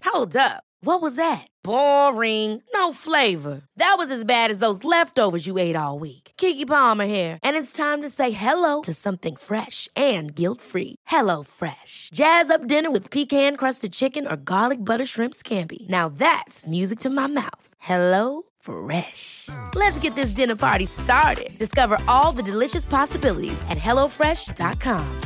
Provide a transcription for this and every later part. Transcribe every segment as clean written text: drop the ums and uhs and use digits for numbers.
Hold up. What was that? Boring. No flavor. That was as bad as those leftovers you ate all week. Keke Palmer here, and it's time to say hello to something fresh and guilt-free. Hello Fresh. Jazz up dinner with pecan-crusted chicken or garlic butter shrimp scampi. Now that's music to my mouth. Hello Fresh. Let's get this dinner party started. Discover all the delicious possibilities at hellofresh.com.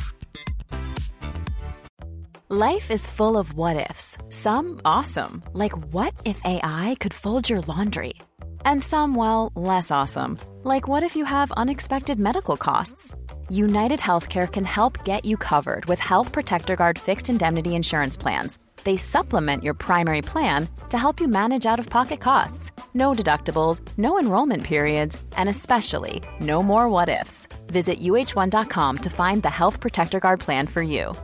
Life is full of what-ifs. Some awesome, like what if AI could fold your laundry? And some, well, less awesome, like what if you have unexpected medical costs? United Healthcare can help get you covered with Health Protector Guard fixed indemnity insurance plans. They supplement your primary plan to help you manage out-of-pocket costs. No deductibles, no enrollment periods, and especially no more what-ifs. Visit uh1.com to find the Health Protector Guard plan for you.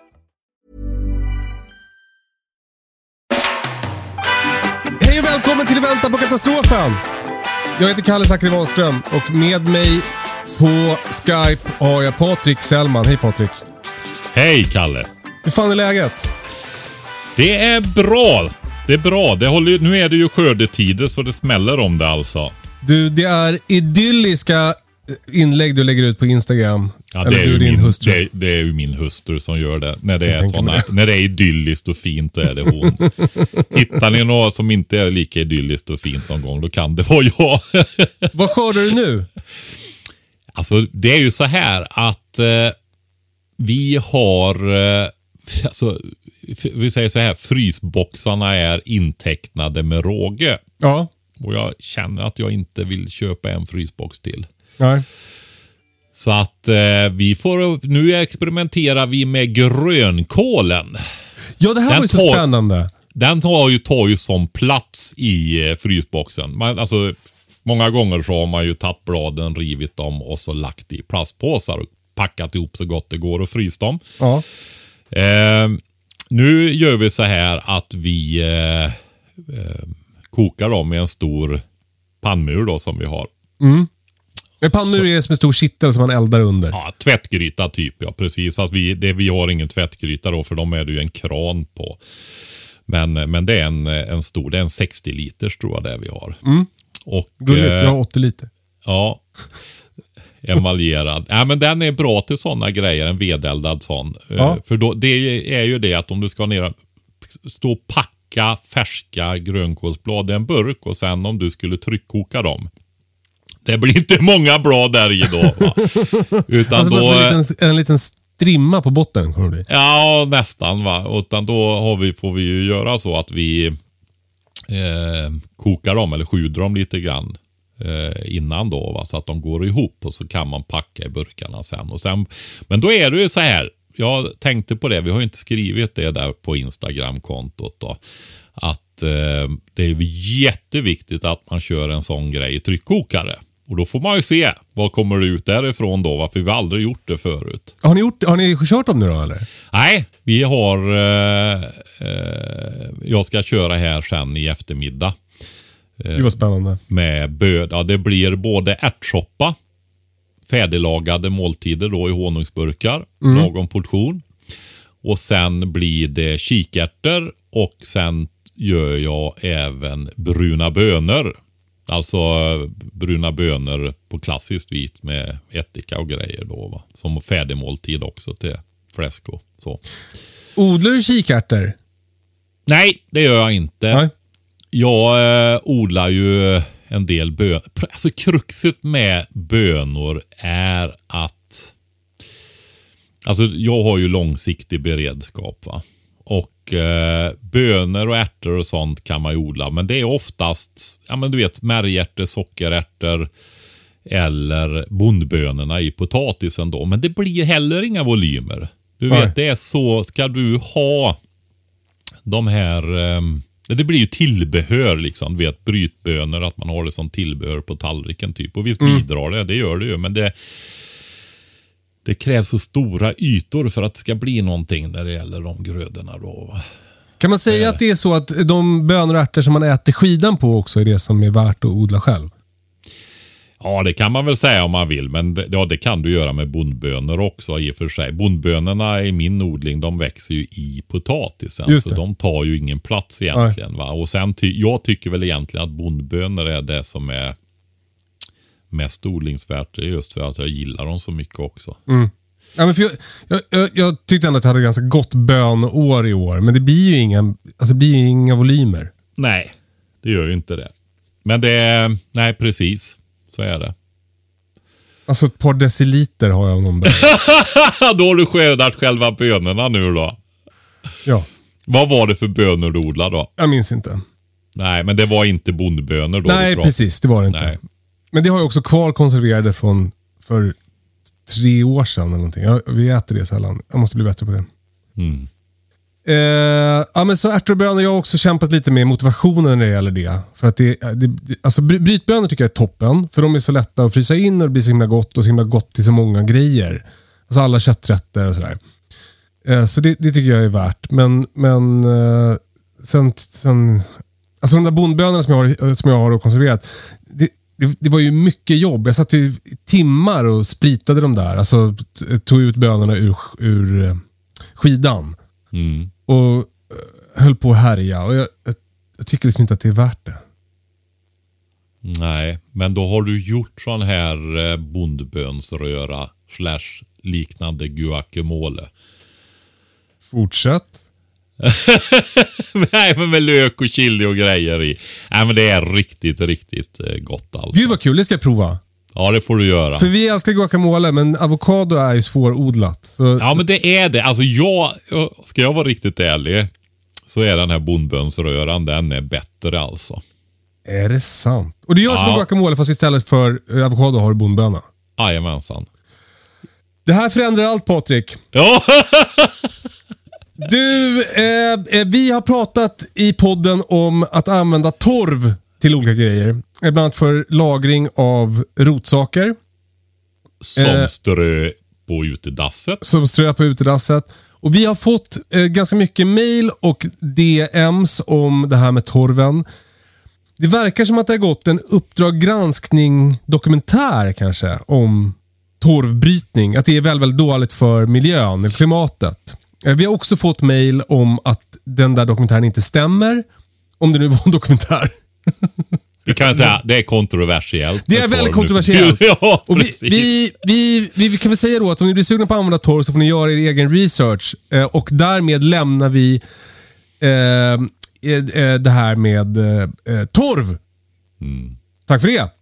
Hej och välkommen till Vänta på katastrofen. Jag heter Kalle Zackari Wahlström och med mig på Skype har jag Patrik Sellman. Hej Patrik. Hej Kalle. Hur fan är läget? Det är bra. Det är bra. Nu är det ju skördetider så det smäller om det alltså. Du, det är idylliska inlägg du lägger ut på Instagram. Ja, det är, ju din hustru. Det är ju min hustru som gör det. När det är idylliskt och fint, då är det hon. Hittar ni något som inte är lika idylliskt och fint någon gång, då kan det vara jag. Vad skördar du nu? Alltså, det är ju så här att vi har... vi säger så här, frysboxarna är intecknade med råge. Ja. Och jag känner att jag inte vill köpa en frysbox till. Nej. Så att nu experimenterar vi med grönkålen. Ja, det här var ju så spännande. Den tar ju som plats i frysboxen. Många gånger så har man ju tagit bladen, rivit dem och så lagt i plastpåsar och packat ihop så gott det går och fryst dem. Ja. Nu gör vi så här att vi kokar dem i en stor pannmur då som vi har. Mm. En pannmur är som en stor kittel som man eldar under. Ja, tvättgryta typ, ja precis. Fast vi har ingen tvättgryta då, för de är det ju en kran på. Men det är en stor, det är en 60 liters tror jag det vi har. Mm. Och gulligt, jag har 80 liter. Ja, emaljerad. Ja, men den är bra till sådana grejer, en vedeldad sån. Ja. För då, det är ju det att om du ska ner och stå och packa färska grönkålsblad i en burk och sen om du skulle tryckkoka dem. Det blir inte många blad där i då. Va? Utan alltså då, en liten strimma på botten kommer det bli. Ja, nästan va. Utan då får vi ju göra så att vi kokar dem eller sjuder dem lite grann innan då, va? Så att de går ihop och så kan man packa i burkarna sen. Men då är det ju så här, jag tänkte på det, vi har inte skrivit det där på Instagram-kontot då, att det är jätteviktigt att man kör en sån grej i tryckkokare. Och då får man ju se vad kommer det ut därifrån då, varför vi aldrig gjort det förut. Har ni kört dem nu då eller? Nej, vi har jag ska köra här sen i eftermiddag. Det var spännande. Med det blir både ärtsoppa, färdiglagade måltider då i honungsburkar, någon portion. Och sen blir det kikärtor och sen gör jag även bruna bönor. Alltså bruna bönor på klassiskt vit med ättika och grejer då, va? Som färdig måltid också till fläsk och så. Odlar du kikärtor? Nej, det gör jag inte. Nej. Jag odlar ju en del bönor. Alltså kruxet med bönor är att jag har ju långsiktig beredskap, va? Och bönor och ärtor och sånt kan man ju odla. Men det är oftast, du vet, märgärtor, sockerärtor eller bondbönorna i potatisen då. Men det blir heller inga volymer. Du vet, det är så, ska du ha de här, det blir ju tillbehör liksom. Du vet, brytbönor, att man har det som tillbehör på tallriken typ. Och visst bidrar det gör det ju. Men det krävs så stora ytor för att det ska bli någonting när det gäller de grödorna då. Kan man säga att det är så att de bönor och ärtor som man äter skidan på också är det som är värt att odla själv? Ja, det kan man väl säga om man vill. Men det kan du göra med bondbönor också i och för sig. Bondbönorna i min odling, de växer ju i potatisen. Så de tar ju ingen plats egentligen. Va? Och sen jag tycker väl egentligen att bondbönor är det som är mest odlingsvärt. Just för att jag gillar dem så mycket också. Mm. Ja, men för jag tyckte ändå att jag hade ganska gott bönår i år. Men det blir ju inga volymer. Nej, det gör ju inte det. Men nej precis. Så är det. Alltså ett par deciliter har jag någon bön. Då har du skördat själva bönorna nu då. Ja. Vad var det för bönor du odlade då? Jag minns inte. Nej, men det var inte bondbönor då. Nej, precis. Det var det inte. Nej. Men det har jag också kvar konserverade för 3 år sedan eller någonting. Vi äter det sällan. Jag måste bli bättre på det. Mm. Ja, men så ärtor och bönor, jag har också kämpat lite med motivationen när det gäller det. För att alltså brytbönor tycker jag är toppen. För de är så lätta att frysa in och det blir så himla gott och så himla gott till så många grejer. Alltså alla kötträtter och sådär. Så det tycker jag är värt. Men sen alltså de där bondbönorna som jag har konserverat, det var ju mycket jobb. Jag satt ju timmar och spritade dem där. Alltså tog ut bönorna ur skidan. Mm. Och höll på att härja. Och jag tycker liksom inte att det är värt det. Nej, men då har du gjort sån här bondbönsröra / liknande guacamole. Fortsätt. Nej, men med lök och chili och grejer i. Nej, men det är riktigt, riktigt gott alltså. Gud vad kul, det ska jag prova. Ja, det får du göra. För vi älskar guacamole, men avokado är ju svårodlat. Så... Ja, men det är det. Alltså ska jag vara riktigt ärlig, så är den här bondbönsröran, den är bättre alltså. Är det sant? Och det görs med guacamole, fast istället för avokado har du bondböna. Jajamensan. Det här förändrar allt, Patrik. Ja. Du, vi har pratat i podden om att använda torv till olika grejer. Bland annat för lagring av rotsaker. Som strö på utedasset. Som strö på utedasset. Och vi har fått ganska mycket mail och DMs om det här med torven. Det verkar som att det har gått en Uppdrag granskning dokumentär kanske om torvbrytning. Att det är väldigt dåligt för miljön eller klimatet. Vi har också fått mail om att den där dokumentären inte stämmer. Om det nu var en dokumentär. Vi kan säga det är kontroversiellt. Det är väldigt kontroversiellt. Ja, och vi kan väl säga då att om ni blir sugna på att använda torv så får ni göra er egen research. Och därmed lämnar vi det här med torv. Mm. Tack för det.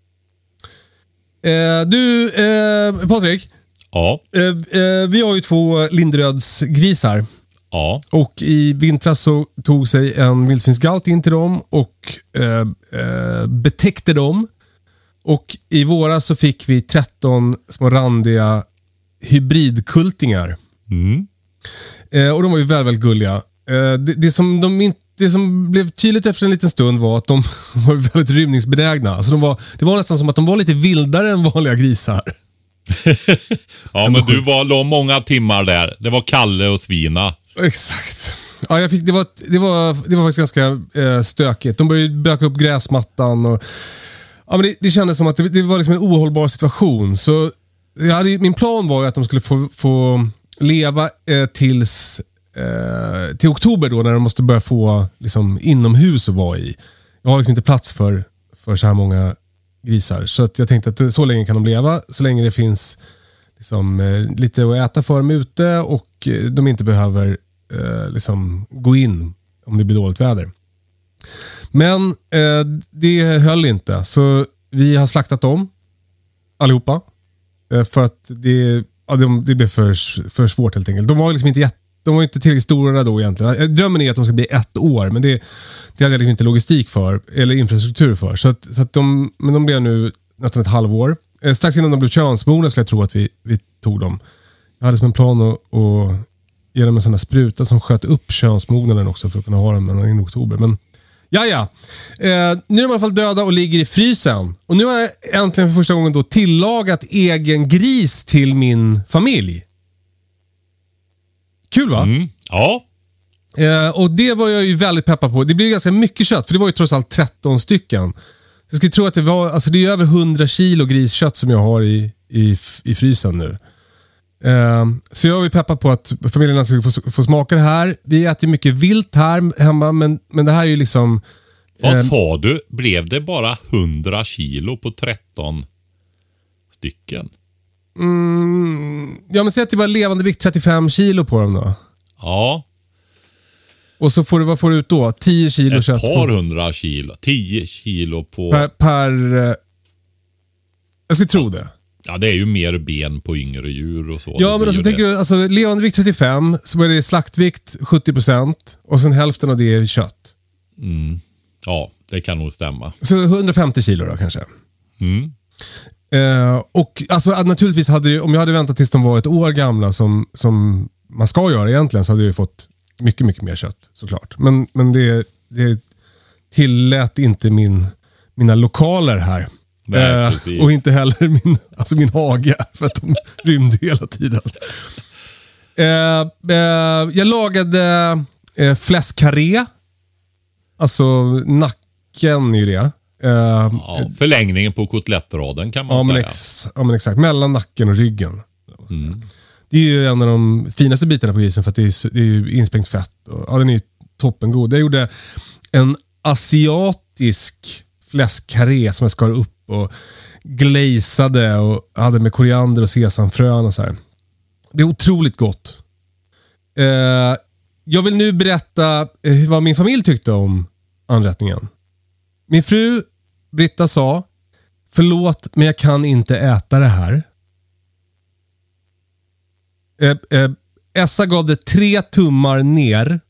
Du, Patrik. Ja. Vi har ju 2 Linderödsgrisar. Ja. Och i vintras så tog sig en vildsvinsgalt in till dem och betäckte dem. Och i våras så fick vi 13 små randiga hybridkultingar. Mm. Och de var ju väldigt gulliga. Det som blev tydligt efter en liten stund var att de var väldigt rymningsbenägna. Alltså det var nästan som att de var lite vildare än vanliga grisar. Ja, men du var många timmar där. Det var Kalle och Svina. Exakt. Ja, det var faktiskt ganska stökigt. De började böka upp gräsmattan och ja, men det kändes som att det var liksom en ohållbar situation. Så min plan var ju att de skulle få leva till oktober då, när de måste börja få liksom inomhus att vara i. Jag har liksom inte plats för så här många grisar. Så att jag tänkte att så länge kan de leva, så länge det finns liksom lite att äta för dem ute och de inte behöver liksom gå in om det blir dåligt väder. Men det höll inte, så vi har slaktat dem allihopa för att det blev för svårt helt enkelt. De var liksom de var inte tillräckligt stora då egentligen. Drömmen är att de ska bli 1 år, men det hade jag liksom inte logistik för eller infrastruktur för. Så att de blev nu nästan 1 halvår. Strax innan de blev könsmogna skulle jag tro att vi tog dem. Jag hade som en plan att ge dem en sån här spruta som sköt upp könsmognaden också för att kunna ha dem i oktober. Men ja. Nu är de i alla fall döda och ligger i frysen. Och nu har jag äntligen för första gången då tillagat egen gris till min familj. Kul va? Mm. Ja. Och det var jag ju väldigt peppad på. Det blev ganska mycket kött, för det var ju trots allt 13 stycken. Jag skulle tro att det var, alltså det är över 100 kilo griskött som jag har i frysen nu. Så jag är peppad på att familjerna ska få smaka det här. Vi äter mycket vilt här hemma, men det här är ju liksom... Vad sa du? Blev det bara 100 kilo på 13 stycken? Ja, men säg att det var levande vikt 35 kilo på dem då. Ja. Och så får du, vad får du ut då? 10 kilo kött. Ett par 100 kilo. 10 kilo på... Per jag skulle tro det. Ja, det är ju mer ben på yngre djur och så. Ja, men alltså tänker du, alltså levande vikt 35, så är det slaktvikt 70% och sen hälften av det är kött. Ja, det kan nog stämma. Så 150 kilo då kanske. Och alltså naturligtvis om jag hade väntat tills de var ett år gamla som man ska göra egentligen, så hade jag fått mycket, mycket mer kött såklart. Men det tillät inte mina lokaler här. Nej, och inte heller min hage, för att de rymde hela tiden. Jag lagade fläskkarré. Alltså nacken är ju det. Förlängningen på kotlettraden kan man säga. Men exakt. Mellan nacken och ryggen. Det är ju en av de finaste bitarna på grisen, för att det är ju insprängt fett. Och, den är ju toppengod. Jag gjorde en asiatisk fläskkarré som jag skar upp och glazade och hade med koriander och sesamfrön och så här. Det är otroligt gott. Jag vill nu berätta vad min familj tyckte om anrättningen. Min fru Britta sa: förlåt, men jag kan inte äta det här. Essa gav det 3 tummar ner.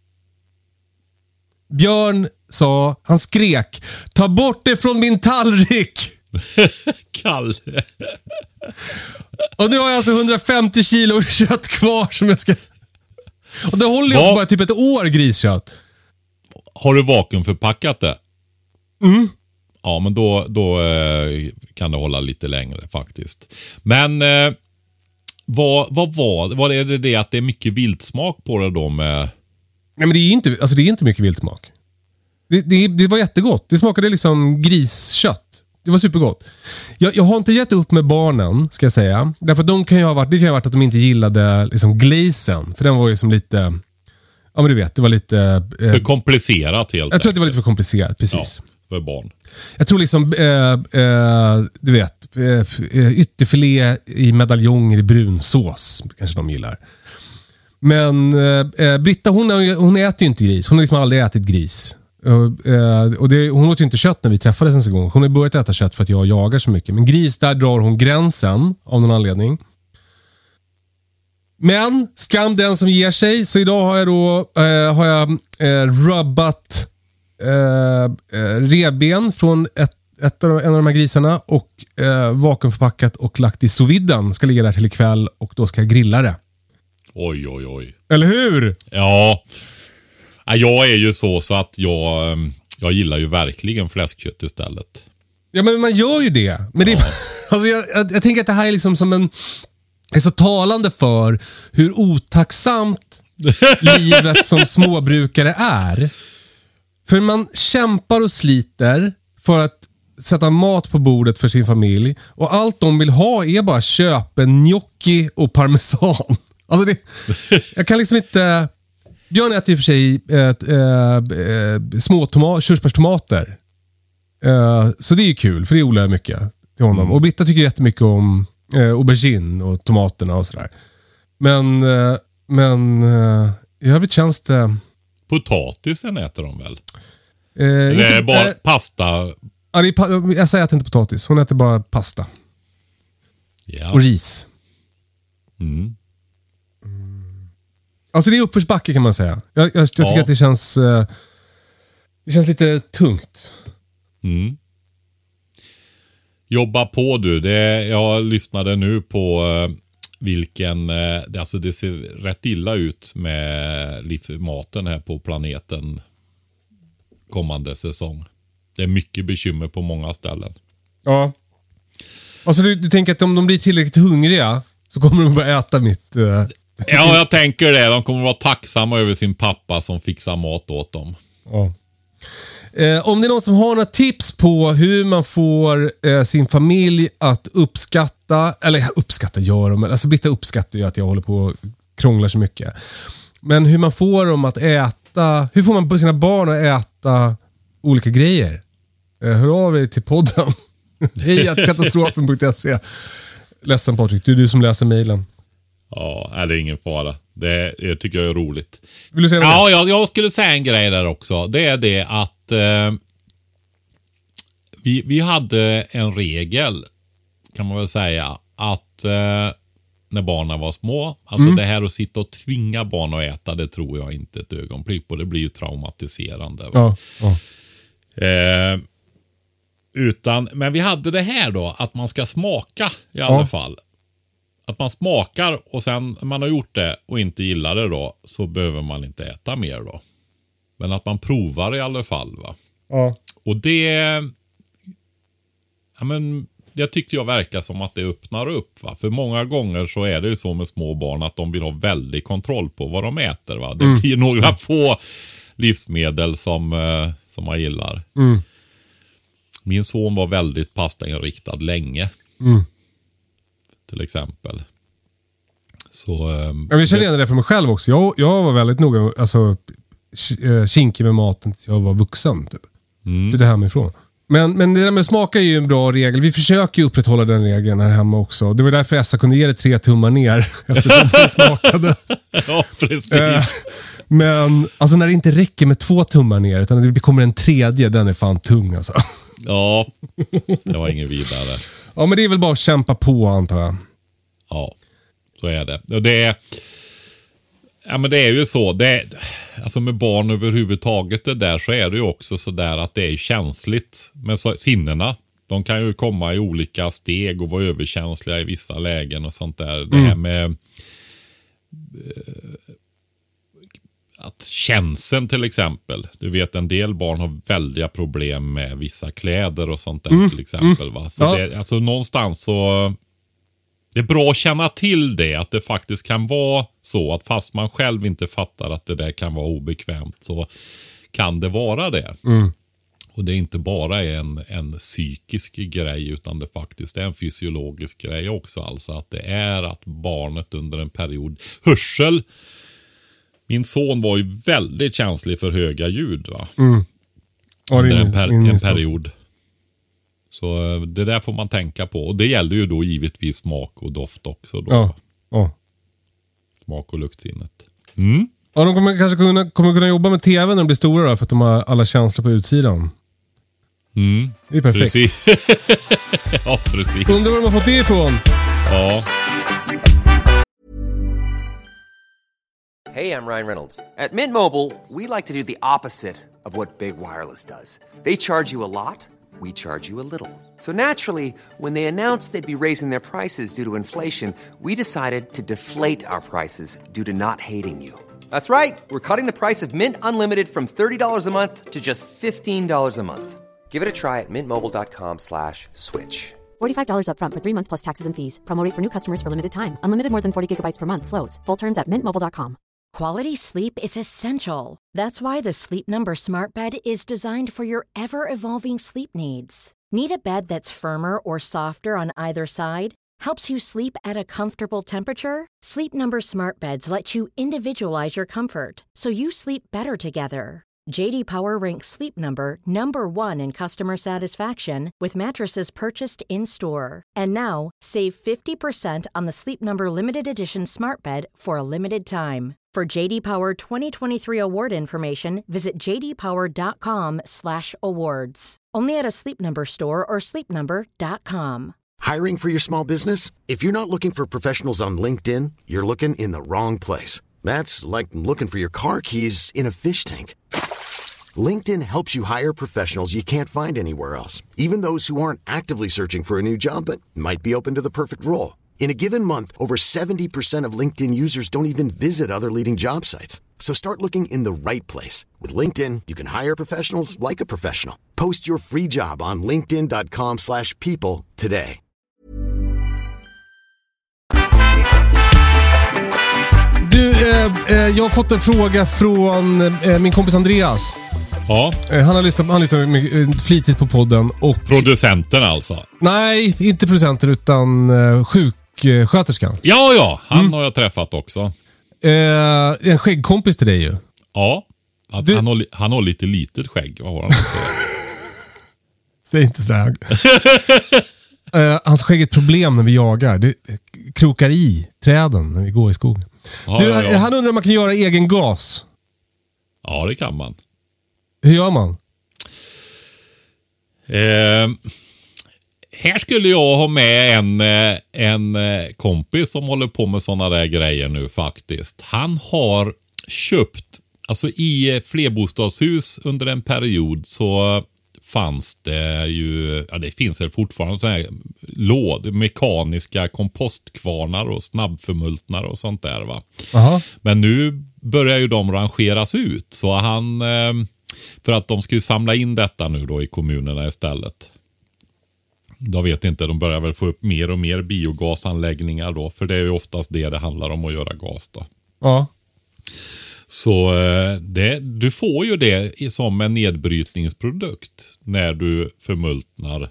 Björn sa, han skrek: ta bort det från min tallrik. Kalle. Och nu har jag alltså 150 kilo kött kvar som jag ska... Och det håller jag också bara typ ett år griskött. Har du vakuumförpackat det? Ja, men då kan det hålla lite längre faktiskt. Men vad är det att det är mycket viltsmak på det då med... Nej, men det är inte mycket viltsmak. Det var jättegott. Det smakade liksom griskött. Det var supergott. Jag har inte gett upp med barnen, ska jag säga. Därför att det kan ju ha varit att de inte gillade liksom glazen. För den var ju som lite... Ja, men du vet, det var lite... för komplicerat helt. Jag tror att det var lite för komplicerat, precis. Ja, för barn. Jag tror liksom, du vet, ytterfilé i medaljonger i brunsås kanske de gillar. Men Britta, hon äter ju inte gris. Hon har liksom aldrig ätit gris. Hon åt ju inte kött när vi träffades en gång. Hon har börjat äta kött för att jag jagar så mycket. Men gris, där drar hon gränsen av någon anledning. Men skam den som ger sig. Så idag har jag rubbat revben från en av de här grisarna och vakuumförpackat och lagt i sous viden. Ska ligga där till ikväll och då ska jag grilla det. Oj. Eller hur? Ja. Jag är ju så att jag gillar ju verkligen fläskkött istället. Ja, men man gör ju det. Men det alltså jag tänker att det här är liksom som är så talande för hur otacksamt livet som småbrukare är. För man kämpar och sliter för att sätta mat på bordet för sin familj. Och allt de vill ha är bara köpa gnocchi och parmesan. Alltså jag kan liksom inte... Björn äter i och för sig små körsbärstomater. Så det är ju kul, för det odlar jag mycket till honom. Och Britta tycker jättemycket om aubergine och tomaterna och sådär. Men i övrigt känns det... Potatisen äter de väl? Det är bara pasta. Jag säger att inte potatis. Hon äter bara pasta. Ja. Och ris. Alltså det är uppförsbacke kan man säga. Jag tycker att det känns lite tungt. Jobba på du. Jag lyssnade nu på vilken... Alltså det ser rätt illa ut med maten här på planeten kommande säsong. Det är mycket bekymmer på många ställen. Ja. Alltså du tänker att om de blir tillräckligt hungriga så kommer de bara äta mitt... Ja, jag tänker det. De kommer vara tacksamma över sin pappa som fixar mat åt dem. Ja. Om det är någon som har några tips på hur man får sin familj att uppskatta, eller uppskatta gör de, alltså Britta uppskattar ju att jag håller på och krånglar så mycket. Men hur man får dem att äta, hur får man på sina barn att äta olika grejer? Hör av dig till podden. Hej@katastrofen.se. Ledsen Patrik, det är du som läser mejlen. Ja, det är ingen fara. Det tycker jag är roligt. Vill du säga något? Ja, jag skulle säga en grej där också. Det är det att vi hade en regel, kan man väl säga, att när barnen var små, alltså det här att sitta och tvinga barn att äta, det tror jag inte ett ögonblick på. Det blir ju traumatiserande. Ja. Men vi hade det här då, att man ska smaka i alla fall. Att man smakar och sen när man har gjort det och inte gillar det då, så behöver man inte äta mer då. Men att man provar i alla fall, va. Ja. Och det tyckte jag verkar som att det öppnar upp, va. För många gånger så är det ju så med små barn att de vill ha väldigt kontroll på vad de äter, va. Det blir några få livsmedel som man gillar. Min son var väldigt pastainriktad länge. Till exempel. Så, jag känner igen det för mig själv också. Jag var väldigt noga, alltså kinkig med maten tills jag var vuxen typ. Det hemifrån. Men det där med smaka är ju en bra regel. Vi försöker ju upprätthålla den regeln här hemma också. Det var därför Essa kunde ge det 3 tummar ner eftersom det smakade. Ja, precis. Men alltså när det inte räcker med 2 tummar ner utan när det kommer en 3:e, den är fan tung alltså. Ja, det var ingen vidare. Ja, men det är väl bara att kämpa på, antar jag. Ja, så är det. Och men det är ju så. Alltså med barn överhuvudtaget det där, så är det ju också så där att det är känsligt med sinnena. De kan ju komma i olika steg och vara överkänsliga i vissa lägen och sånt där. Det här med att känseln till exempel. Du vet, en del barn har väldiga problem med vissa kläder och sånt där till exempel, va. Så alltså någonstans så det är bra att känna till det, att det faktiskt kan vara så att fast man själv inte fattar att det där kan vara obekvämt, så kan det vara det. Och det är inte bara en psykisk grej, utan det faktiskt är en fysiologisk grej också. Alltså att det är att barnet under en period, hörsel. Min son var ju väldigt känslig för höga ljud, va. Under en period. Så det där får man tänka på. Och det gäller ju då givetvis smak och doft också då. Ja. Smak och luktsinnet. Ja, de kommer kunna jobba med tv när de blir stora då, för att de har alla känslor på utsidan. Det är perfekt. Precis. Ja, precis. Undrar var de har fått det ifrån. Ja. Hey, I'm Ryan Reynolds. At Mint Mobile, we like to do the opposite of what Big Wireless does. They charge you a lot, we charge you a little. So naturally, when they announced they'd be raising their prices due to inflation, we decided to deflate our prices due to not hating you. That's right. We're cutting the price of Mint Unlimited from $30 a month to just $15 a month. Give it a try at mintmobile.com/switch. $45 up front for 3 months plus taxes and fees. Promo rate for new customers for limited time. Unlimited more than 40 gigabytes per month. Slows full terms at mintmobile.com. Quality sleep is essential. That's why the Sleep Number Smart Bed is designed for your ever-evolving sleep needs. Need a bed that's firmer or softer on either side? Helps you sleep at a comfortable temperature? Sleep Number Smart Beds let you individualize your comfort, so you sleep better together. J.D. Power ranks Sleep Number #1 in customer satisfaction with mattresses purchased in-store. And now, save 50% on the Sleep Number Limited Edition Smart Bed for a limited time. For J.D. Power 2023 award information, visit jdpower.com/awards. Only at a Sleep Number store or sleepnumber.com. Hiring for your small business? If you're not looking for professionals on LinkedIn, you're looking in the wrong place. That's like looking for your car keys in a fish tank. LinkedIn helps you hire professionals you can't find anywhere else, even those who aren't actively searching for a new job but might be open to the perfect role. In a given month, over 70% of LinkedIn users don't even visit other leading job sites. So start looking in the right place. With LinkedIn, you can hire professionals like a professional. Post your free job on linkedin.com/people today. Du, jag har fått en fråga från min kompis Andreas. Ja. Han har lyssnat mycket, flitigt på podden. Och, Producenten alltså? nej, inte producenten utan sjuksköterskan. Ja, han har jag träffat också. En skäggkompis till dig ju. Ja, han har lite litet skägg. Vad har han? Säg inte sådär. Hans skägg är ett problem när vi jagar. Det krokar i träden när vi går i skogen. Ja. Han undrar om man kan göra egen gas. Ja, det kan man. Hur gör man? Här skulle jag ha med en kompis som håller på med sådana där grejer nu faktiskt. Han har köpt, alltså i flerbostadshus under en period så fanns det ju, ja det finns väl fortfarande sådana här mekaniska kompostkvarnar och snabbförmultnar och sånt där va. Aha. Men nu börjar ju de rangeras ut så han, för att de ska ju samla in detta nu då i kommunerna istället. Jag vet inte, de börjar väl få upp mer och mer biogasanläggningar då, för det är ju oftast det handlar om att göra gas då. Ja. Så du får ju det som en nedbrytningsprodukt när du förmultnar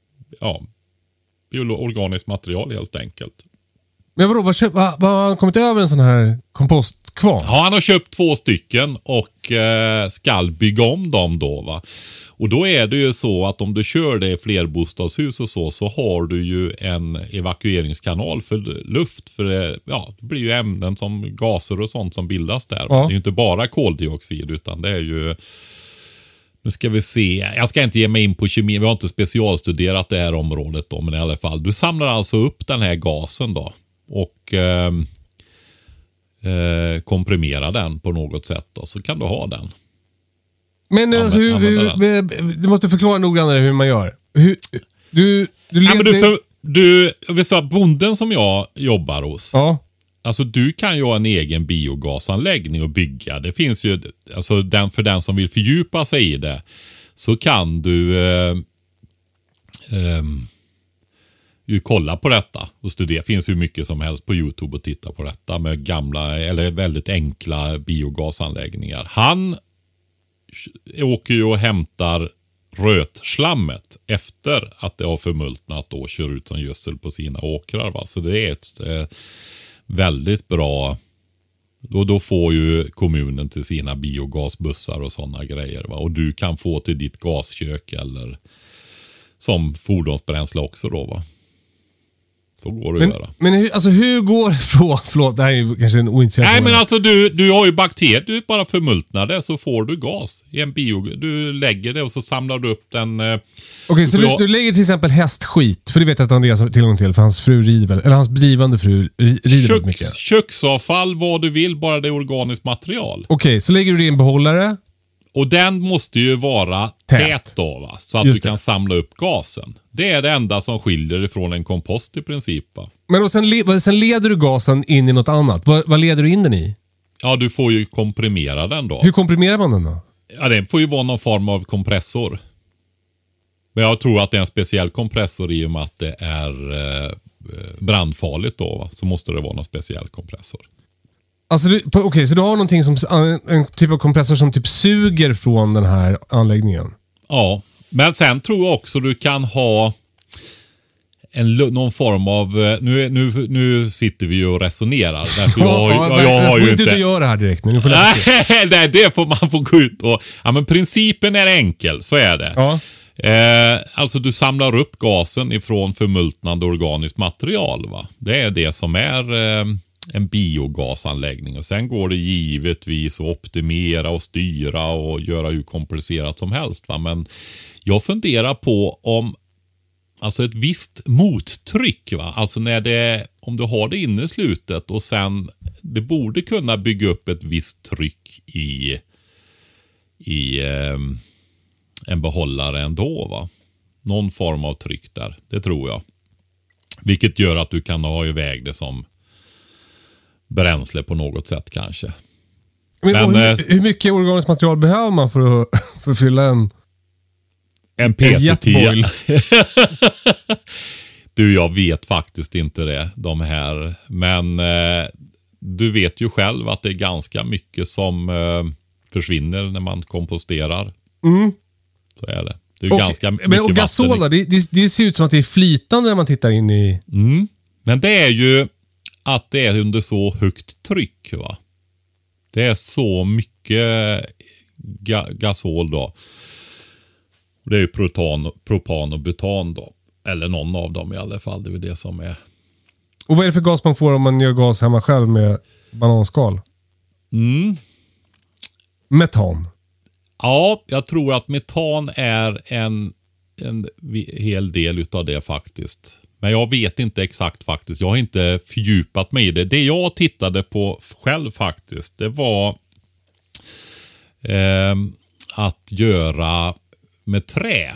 organiskt material helt enkelt. Men vadå, vad har han kommit över en sån här kompostkvarn? Ja, han har köpt 2 stycken och ska bygga om dem då va. Och då är det ju så att om du kör det i flerbostadshus och så har du ju en evakueringskanal för luft. För det blir ju ämnen som gaser och sånt som bildas där. Ja. Det är ju inte bara koldioxid utan det är ju... Nu ska vi se. Jag ska inte ge mig in på kemi. Vi har inte specialstuderat det här området då. Men i alla fall. Du samlar alltså upp den här gasen då. Och komprimerar den på något sätt då. Så kan du ha den. Men alltså, du måste förklara noggrannare hur man gör. Vi sa bonden som jag jobbar hos. Ja. Alltså du kan ju ha en egen biogasanläggning och bygga. Det finns ju, alltså för den som vill fördjupa sig i det så kan du ju kolla på detta och studera. Det finns ju mycket som helst på YouTube och titta på detta med gamla eller väldigt enkla biogasanläggningar. Han åker ju och hämtar rötslammet efter att det har förmultnat och kör ut som gödsel på sina åkrar va. Så det är ett väldigt bra, då får ju kommunen till sina biogasbussar och sådana grejer va. Och du kan få till ditt gaskök eller som fordonsbränsle också då va. Så går det att göra. Men hur går förlåt, det här är ju kanske en ointressant. Nej men alltså du har ju bakterier, du bara förmultnar det så får du gas i en du lägger det och så samlar du upp den. Okej, så du lägger till exempel hästskit, för det vet jag att Andreas har tillgång till, för hans fru rider eller hans blivande fru rider mycket. Köksavfall, vad du vill, bara det är organiskt material. Okej, så lägger du det i en behållare. Och den måste ju vara tät då va? Så att du kan samla upp gasen. Det är det enda som skiljer ifrån en kompost i princip va? Men och sen leder du gasen in i något annat. Vad leder du in den i? Ja, du får ju komprimera den då. Hur komprimerar man den då? Ja, det får ju vara någon form av kompressor. Men jag tror att det är en speciell kompressor i och med att det är brandfarligt då va? Så måste det vara någon speciell kompressor. Alltså så du har någonting som en typ av kompressor som typ suger från den här anläggningen. Ja, men sen tror jag också du kan ha någon form av nu sitter vi och resonerar därför jag har ju inte göra det här direkt nu. Nej, det får man få gå ut och men principen är enkel, så är det. Ja. Alltså du samlar upp gasen ifrån förmultnande organiskt material va. Det är det som är en biogasanläggning och sen går det givetvis att optimera och styra och göra hur komplicerat som helst va? Men jag funderar på om alltså ett visst mottryck va, alltså om du har det inne i slutet och sen det borde kunna bygga upp ett visst tryck i en behållare ändå va, någon form av tryck där, det tror jag, vilket gör att du kan ha iväg det som bränsle på något sätt kanske. Men hur mycket organiskt material behöver man för att fylla en PC-10? Du, jag vet faktiskt inte det, de här. Men du vet ju själv att det är ganska mycket som försvinner när man komposterar. Så är det. Det är ju ganska mycket och gasol vatten. det ser ut som att det är flytande när man tittar in i... Men det är ju att det är under så högt tryck, va? Det är så mycket gasol då. Det är ju propan och butan då. Eller någon av dem i alla fall. Det är det som är... Och vad är det för gas man får om man gör gas hemma själv med bananskal? Metan. Ja, jag tror att metan är en hel del utav det faktiskt. Men jag vet inte exakt faktiskt. Jag har inte fördjupat mig i det. Det jag tittade på själv faktiskt, det var att göra med trä.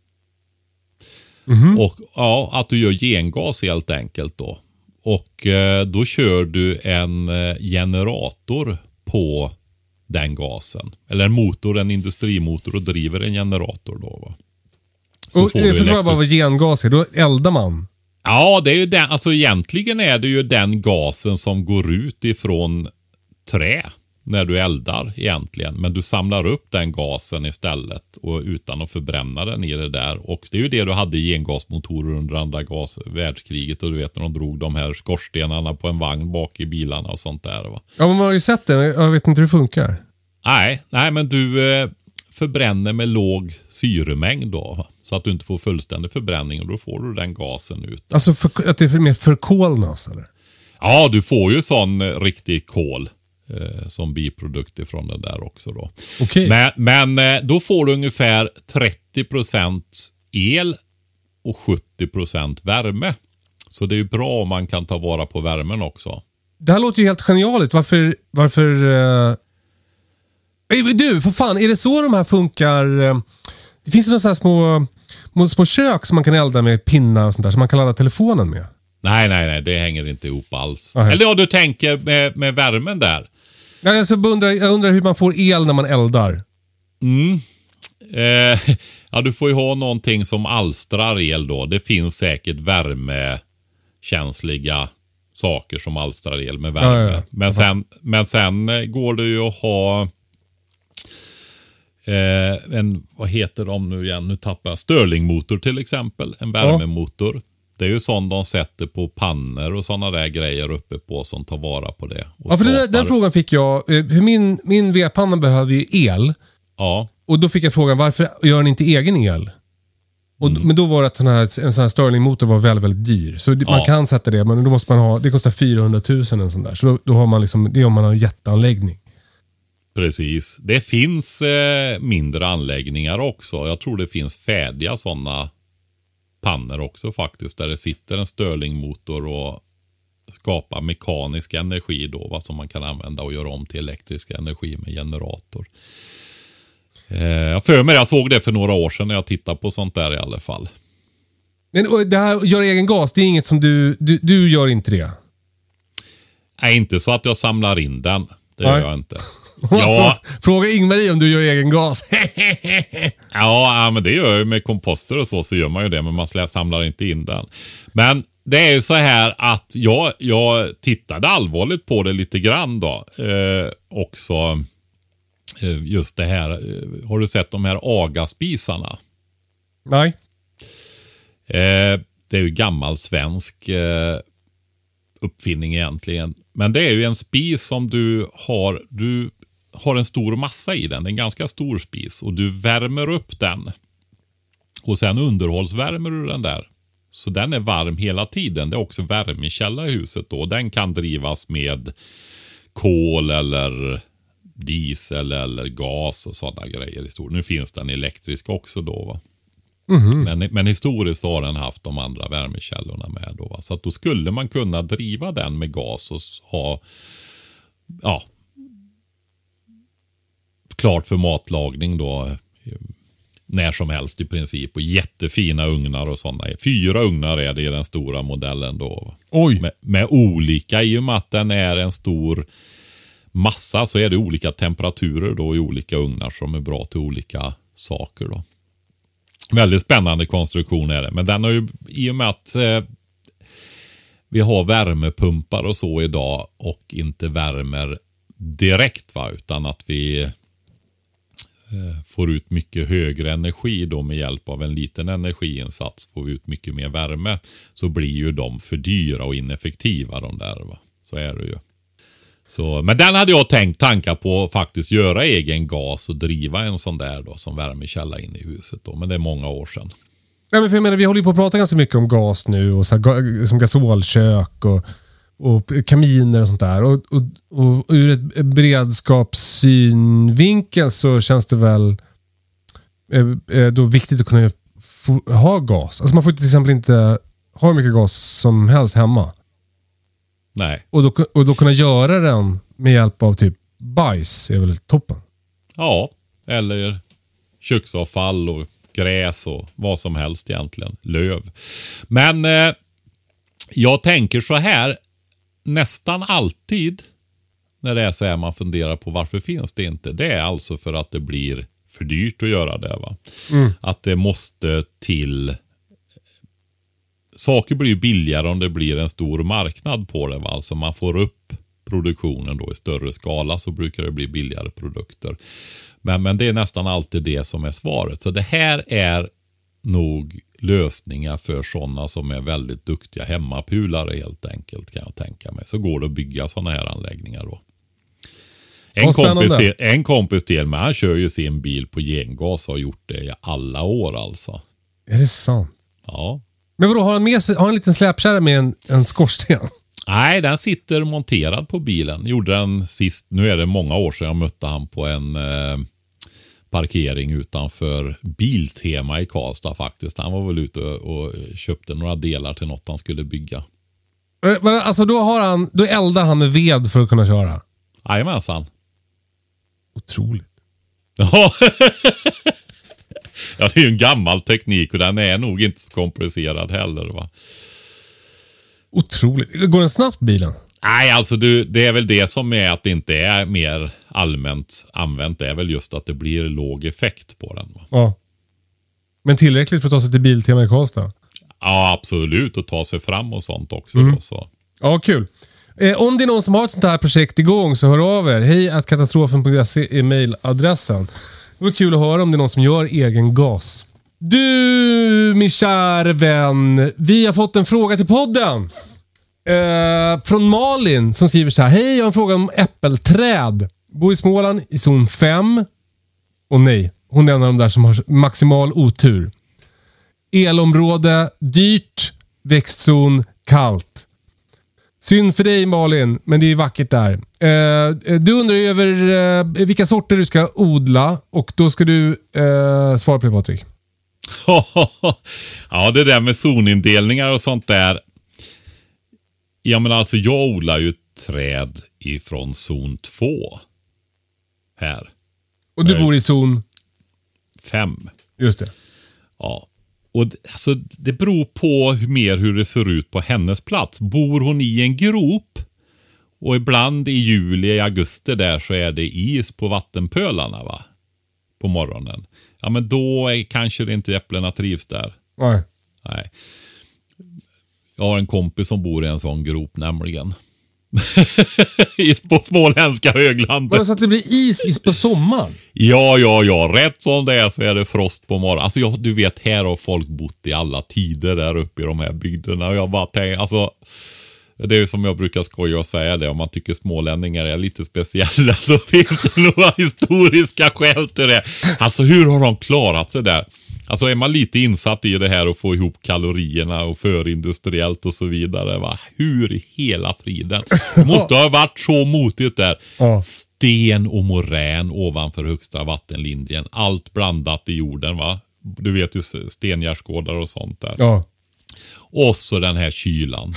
Och ja, att du gör gengas helt enkelt då. Och då kör du en generator på den gasen. Eller en industrimotor och driver en generator då, va? Så och förklara bara vad gengas är. Då eldar man. Ja, det är ju den, alltså egentligen är det ju den gasen som går ut ifrån trä när du eldar egentligen. Men du samlar upp den gasen istället och utan att förbränna den i det där. Och det är ju det du hade i gengasmotorer under andra världskriget. Och du vet när de drog de här skorstenarna på en vagn bak i bilarna och sånt där, va? Ja, men man har ju sett det. Jag vet inte hur det funkar. Nej, men du förbränner med låg syremängd då. Så att du inte får fullständig förbränning och då får du den gasen ut. Alltså att det är mer förkolnas eller? Ja, du får ju sån riktig kol som biprodukt från det där också då. Okay. Men då får du ungefär 30% el och 70% värme. Så det är ju bra om man kan ta vara på värmen också. Det här låter ju helt genialiskt. Varför du, för fan, är det så de här funkar? Det finns ju sådana här små kök som man kan elda med pinnar och sånt där som man kan ladda telefonen med. Nej, det hänger inte ihop alls. Aha. Eller ja, du tänker med värmen där. Ja, jag undrar hur man får el när man eldar. Ja, du får ju ha någonting som alstrar el då. Det finns säkert värmekänsliga saker som alstrar el med värme. Ja. Men sen går det ju att ha vad heter de nu igen? Nu tappar jag. Stirlingmotor till exempel. En värmemotor. Ja. Det är ju sånt de sätter på pannor och sådana där grejer uppe på som tar vara på det. Ja, för den frågan fick jag. För min vedpanna behöver ju el. Ja. Och då fick jag frågan, varför gör ni inte egen el? Men då var det att en sån här Stirlingmotor var väldigt, väldigt dyr. Så man kan sätta det, men då måste man ha, det kostar 400 000 en sån där. Så då har man liksom, det är om man har en jätteanläggning. Precis. Det finns mindre anläggningar också. Jag tror det finns färdiga sådana pannor också faktiskt. Där det sitter en Stirlingmotor och skapar mekanisk energi då. Vad som man kan använda och göra om till elektrisk energi med generator. Jag såg det för några år sedan när jag tittade på sånt där i alla fall. Men det här gör egen gas, det är inget som du gör inte det? Nej, inte så att jag samlar in den. Det gör jag inte. Ja. Fråga Ingmarie om du gör egen gas. Ja, men det gör jag ju med komposter och så gör man ju det, men man samlar inte in den. Men det är ju så här att jag tittade allvarligt på det lite grann då. Också just det här. Har du sett de här agaspisarna? Nej. Det är ju gammal svensk uppfinning egentligen. Men det är ju en spis som du har en stor massa i den. En ganska stor spis. Och du värmer upp den. Och sen underhållsvärmer du den där. Så den är varm hela tiden. Det är också värmekälla i huset då. Den kan drivas med kol eller diesel eller gas och sådana grejer. Nu finns den elektrisk också då, va? Men historiskt har den haft de andra värmekällorna med då, va? Så att då skulle man kunna driva den med gas och ha klart för matlagning då när som helst i princip. Och jättefina ugnar och sådana. 4 ugnar är det i den stora modellen då. Oj. Med olika, i och med att den är en stor massa så är det olika temperaturer då i olika ugnar som är bra till olika saker då. Väldigt spännande konstruktion är det. Men den har ju, i och med att vi har värmepumpar och så idag och inte värmer direkt, va, utan att vi får ut mycket högre energi då med hjälp av en liten energiinsats, får vi ut mycket mer värme, så blir ju de för dyra och ineffektiva de där, va? Så är det ju. Så, men den hade jag tänkt tankar på faktiskt göra egen gas och driva en sån där då som värmekälla in i huset då, men det är många år sedan. Ja, men för jag menar, vi håller ju på att prata ganska mycket om gas nu och så här, som gasolkök och kaminer och sånt där. Och ur ett beredskapssynvinkel så känns det väl då viktigt att kunna ha gas. Alltså man får till exempel inte ha hur mycket gas som helst hemma. Nej. Och då kunna göra den med hjälp av typ bajs är väl toppen. Ja, eller köksavfall och gräs och vad som helst egentligen. Löv. Men jag tänker så här. Nästan alltid när det är så här man funderar på varför finns det inte. Det är alltså för att det blir för dyrt att göra det, va? Att det måste till. Saker blir ju billigare om det blir en stor marknad på det, va? Alltså man får upp produktionen då i större skala, så brukar det bli billigare produkter. Men det är nästan alltid det som är svaret. Så det här är nog lösningar för sådana som är väldigt duktiga hemmapulare helt enkelt, kan jag tänka mig. Så går det att bygga sådana här anläggningar då. En kompis till mig, han kör ju sin bil på gengas och har gjort det i alla år alltså. Är det sant? Ja. Men vadå, har han en liten släpkärra med en skorsten? Nej, den sitter monterad på bilen. Gjorde den sist, nu är det många år sedan jag mötte han på en parkering utanför Biltema i Karlstad faktiskt. Han var väl ute och köpte några delar till något han skulle bygga. Men alltså då eldar han med ved för att kunna köra? Jajamensan. Otroligt. Ja. Ja, det är ju en gammal teknik och den är nog inte så komplicerad heller, va? Otroligt. Går den snabbt, bilen? Nej, alltså det är väl det som är att det inte är mer allmänt använt. Det är väl just att det blir låg effekt på den, va? Ja. Men tillräckligt för att ta sig till Biltema i Karlstad? Ja, absolut. Och ta sig fram och sånt också. Då, så. Ja, kul. Om det är någon som har ett sånt här projekt igång så hör av er. hej@katastrofen.se är mailadressen. Det var kul att höra om det är någon som gör egen gas. Du, min kära vän. Vi har fått en fråga till podden. Från Malin som skriver så här. Hej, jag har en fråga om äppelträd. Bor i Småland i zon 5. Och nej, hon är en av de där som har maximal otur. Elområde, dyrt, växtzon, kallt. Synd för dig, Malin, men det är vackert där. Du undrar över vilka sorter du ska odla, och då ska du svara på det, Patrik. Ja, det där med zonindelningar och sånt där. Ja, men alltså jag odlar ju träd ifrån zon 2 här. Och du bor i zon 5. Just det. Ja. Och alltså, det beror på hur det ser ut på hennes plats. Bor hon i en grop och ibland i juli, augusti där, så är det is på vattenpölarna, va? På morgonen. Ja, men då kanske det inte äpplena trivs där. Nej. Jag har en kompis som bor i en sån grop nämligen. På småländska höglandet. Var det så att det blir is på sommaren? Ja. Rätt som det är så är det frost på morgonen. Alltså du vet, här har folk bott i alla tider där uppe i de här bygderna. Och jag bara tänker, alltså, det är ju som jag brukar skoja och säga det. Om man tycker smålänningar är lite speciella så finns det några historiska skäl till det. Alltså hur har de klarat sig där? Alltså är man lite insatt i det här och få ihop kalorierna och förindustriellt och så vidare, va? Hur i hela friden? Det måste ha varit så motigt där. Sten och morän ovanför högsta vattenlinjen. Allt blandat i jorden, va? Du vet ju stengärdsgårdar och sånt där. Ja. Och så den här kylan.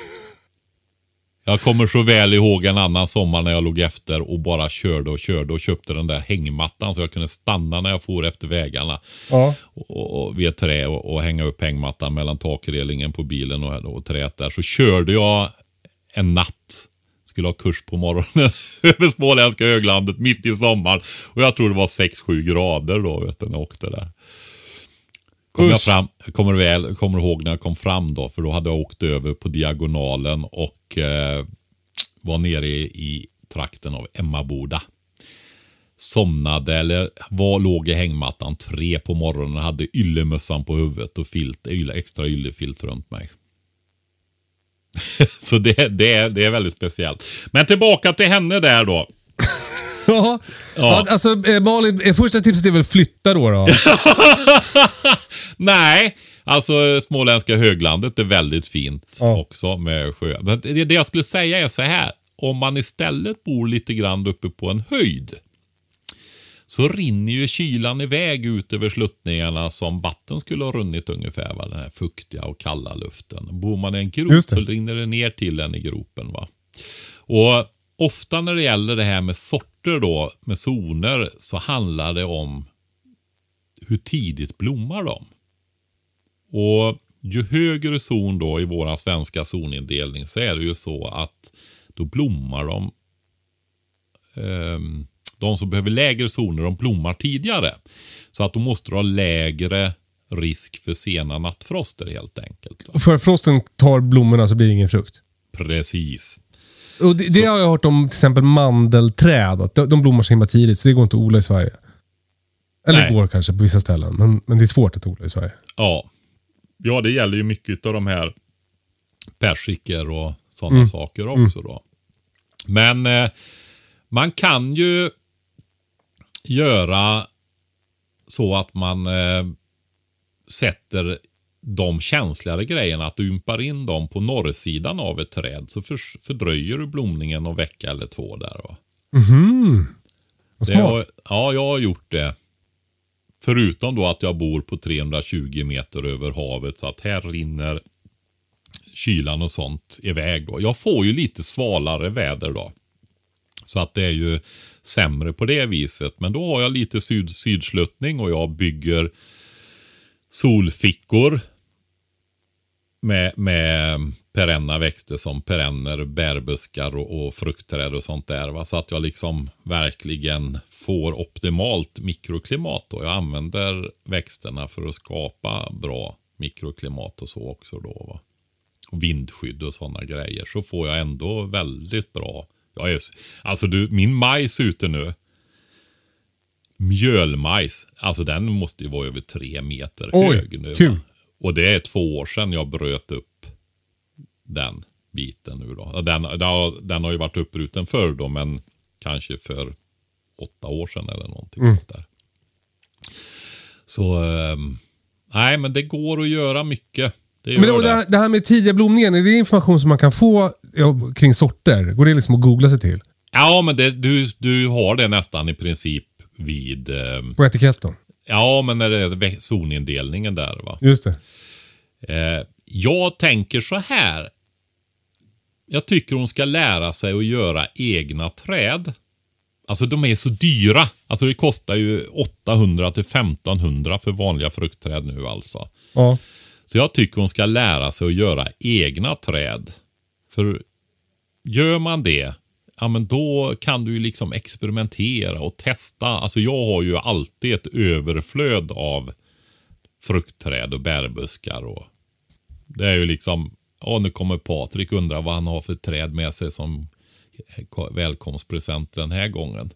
Jag kommer så väl ihåg en annan sommar när jag låg efter och bara körde och köpte den där hängmattan så jag kunde stanna när jag for efter vägarna. Ja. Och vid ett trä och hänga upp hängmattan mellan takrelingen på bilen och träet där. Så körde jag en natt. Skulle ha kurs på morgonen över småländska höglandet mitt i sommaren. Och jag tror det var 6-7 grader då, vet du, när jag åkte där. Kommer ihåg när jag kom fram då, för då hade jag åkt över på diagonalen och var nere i trakten av Emmaboda. somnade eller låg i hängmattan 3 på morgonen och hade yllemössan på huvudet och extra yllefilt runt mig. Så det är väldigt speciellt. Men tillbaka till henne där då. Ja, alltså Malin, första tipset är väl flytta då? Nej, alltså småländska höglandet är väldigt fint också med sjö. Men det jag skulle säga är så här. Om man istället bor lite grann uppe på en höjd, så rinner ju kylan iväg ut över sluttningarna som vatten skulle ha runnit ungefär. Va? Den här fuktiga och kalla luften. Bor man i en grop så rinner det ner till en i gropen. Va? Och ofta när det gäller det här med sorter då, med zoner, så handlar det om hur tidigt blommar de. Och ju högre zon då i våran svenska zonindelning, så är det ju så att då blommar de som behöver lägre zoner, de blommar tidigare. Så att de måste ha lägre risk för sena nattfroster helt enkelt. Och för frosten tar blommorna så blir det ingen frukt? Precis. Och det har jag hört om till exempel mandelträd. Att de blommar så himla tidigt så det går inte att odla i Sverige. Eller det går kanske på vissa ställen. Men det är svårt att odla i Sverige. Ja, det gäller ju mycket av de här persikor och sådana saker också då. Men man kan ju göra så att man sätter de känsligare grejerna, att du ympar in dem på norrsidan av ett träd, så fördröjer du blomningen en vecka eller 2 där. Va? Ja, jag har gjort det. Förutom då att jag bor på 320 meter över havet, så att här rinner kylan och sånt iväg då. Jag får ju lite svalare väder då. Så att det är ju sämre på det viset. Men då har jag lite sydsluttning och jag bygger solfickor med perenna växter som perenner, bärbuskar och fruktträd och sånt där. Va? Så att jag liksom verkligen får optimalt mikroklimat då. Jag använder växterna för att skapa bra mikroklimat och så också då. Va? Och vindskydd och sådana grejer. Så får jag ändå väldigt bra. Alltså min majs ute nu. Mjölmajs. Alltså den måste ju vara över 3 meter hög nu. Kul. Och det är 2 år sedan jag bröt upp den biten nu då. Den har ju varit uppbruten förr då, men kanske för 8 år sedan eller någonting sånt där. Så nej, men det går att göra mycket. Men det här med tidiga blomningen, är det information som man kan få kring sorter? Går det liksom att googla sig till? Ja, men du har det nästan i princip vid... på etiketten? Ja, men när det är zonindelningen där, va? Just det. Jag tänker så här. Jag tycker hon ska lära sig att göra egna träd. Alltså de är så dyra. Alltså det kostar ju 800 till 1500 för vanliga fruktträd nu alltså. Ja. Så jag tycker hon ska lära sig att göra egna träd. För gör man det, ja men då kan du ju liksom experimentera och testa. Alltså jag har ju alltid ett överflöd av fruktträd och bärbuskar. Och det är ju liksom, nu kommer Patrik undra vad han har för träd med sig som välkomstpresent den här gången.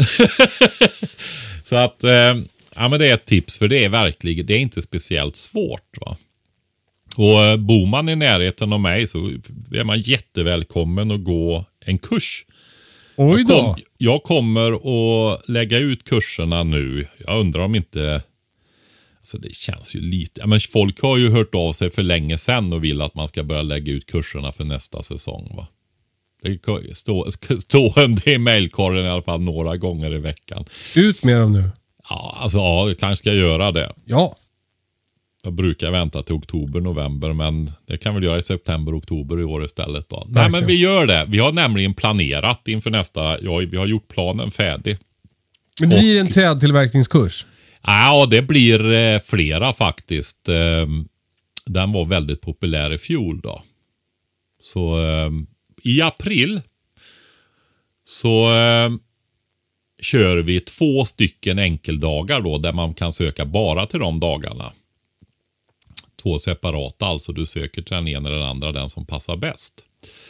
Så att, ja men det är ett tips, för det är verkligen, det är inte speciellt svårt, va. Och bor man i närheten av mig så är man jättevälkommen att gå en kurs. Oj då. Jag kommer att lägga ut kurserna nu. Jag undrar om inte... Alltså det känns ju lite... Men folk har ju hört av sig för länge sedan och vill att man ska börja lägga ut kurserna för nästa säsong, va? Det står i mejlkorgen i alla fall några gånger i veckan. Ut med dem nu. Ja, alltså jag kanske ska göra det. Ja. Jag brukar vänta till oktober, november, men det kan vi göra i september, oktober i år istället då. Nej, men vi gör det. Vi har nämligen planerat inför nästa, vi har gjort planen färdig. Men det blir en trädtillverkningskurs? Ja, det blir flera faktiskt. Den var väldigt populär i fjol då. Så i april så kör vi 2 stycken enkeldagar då, där man kan söka bara till de dagarna. 2 separata, alltså du söker till den ena eller den andra, den som passar bäst.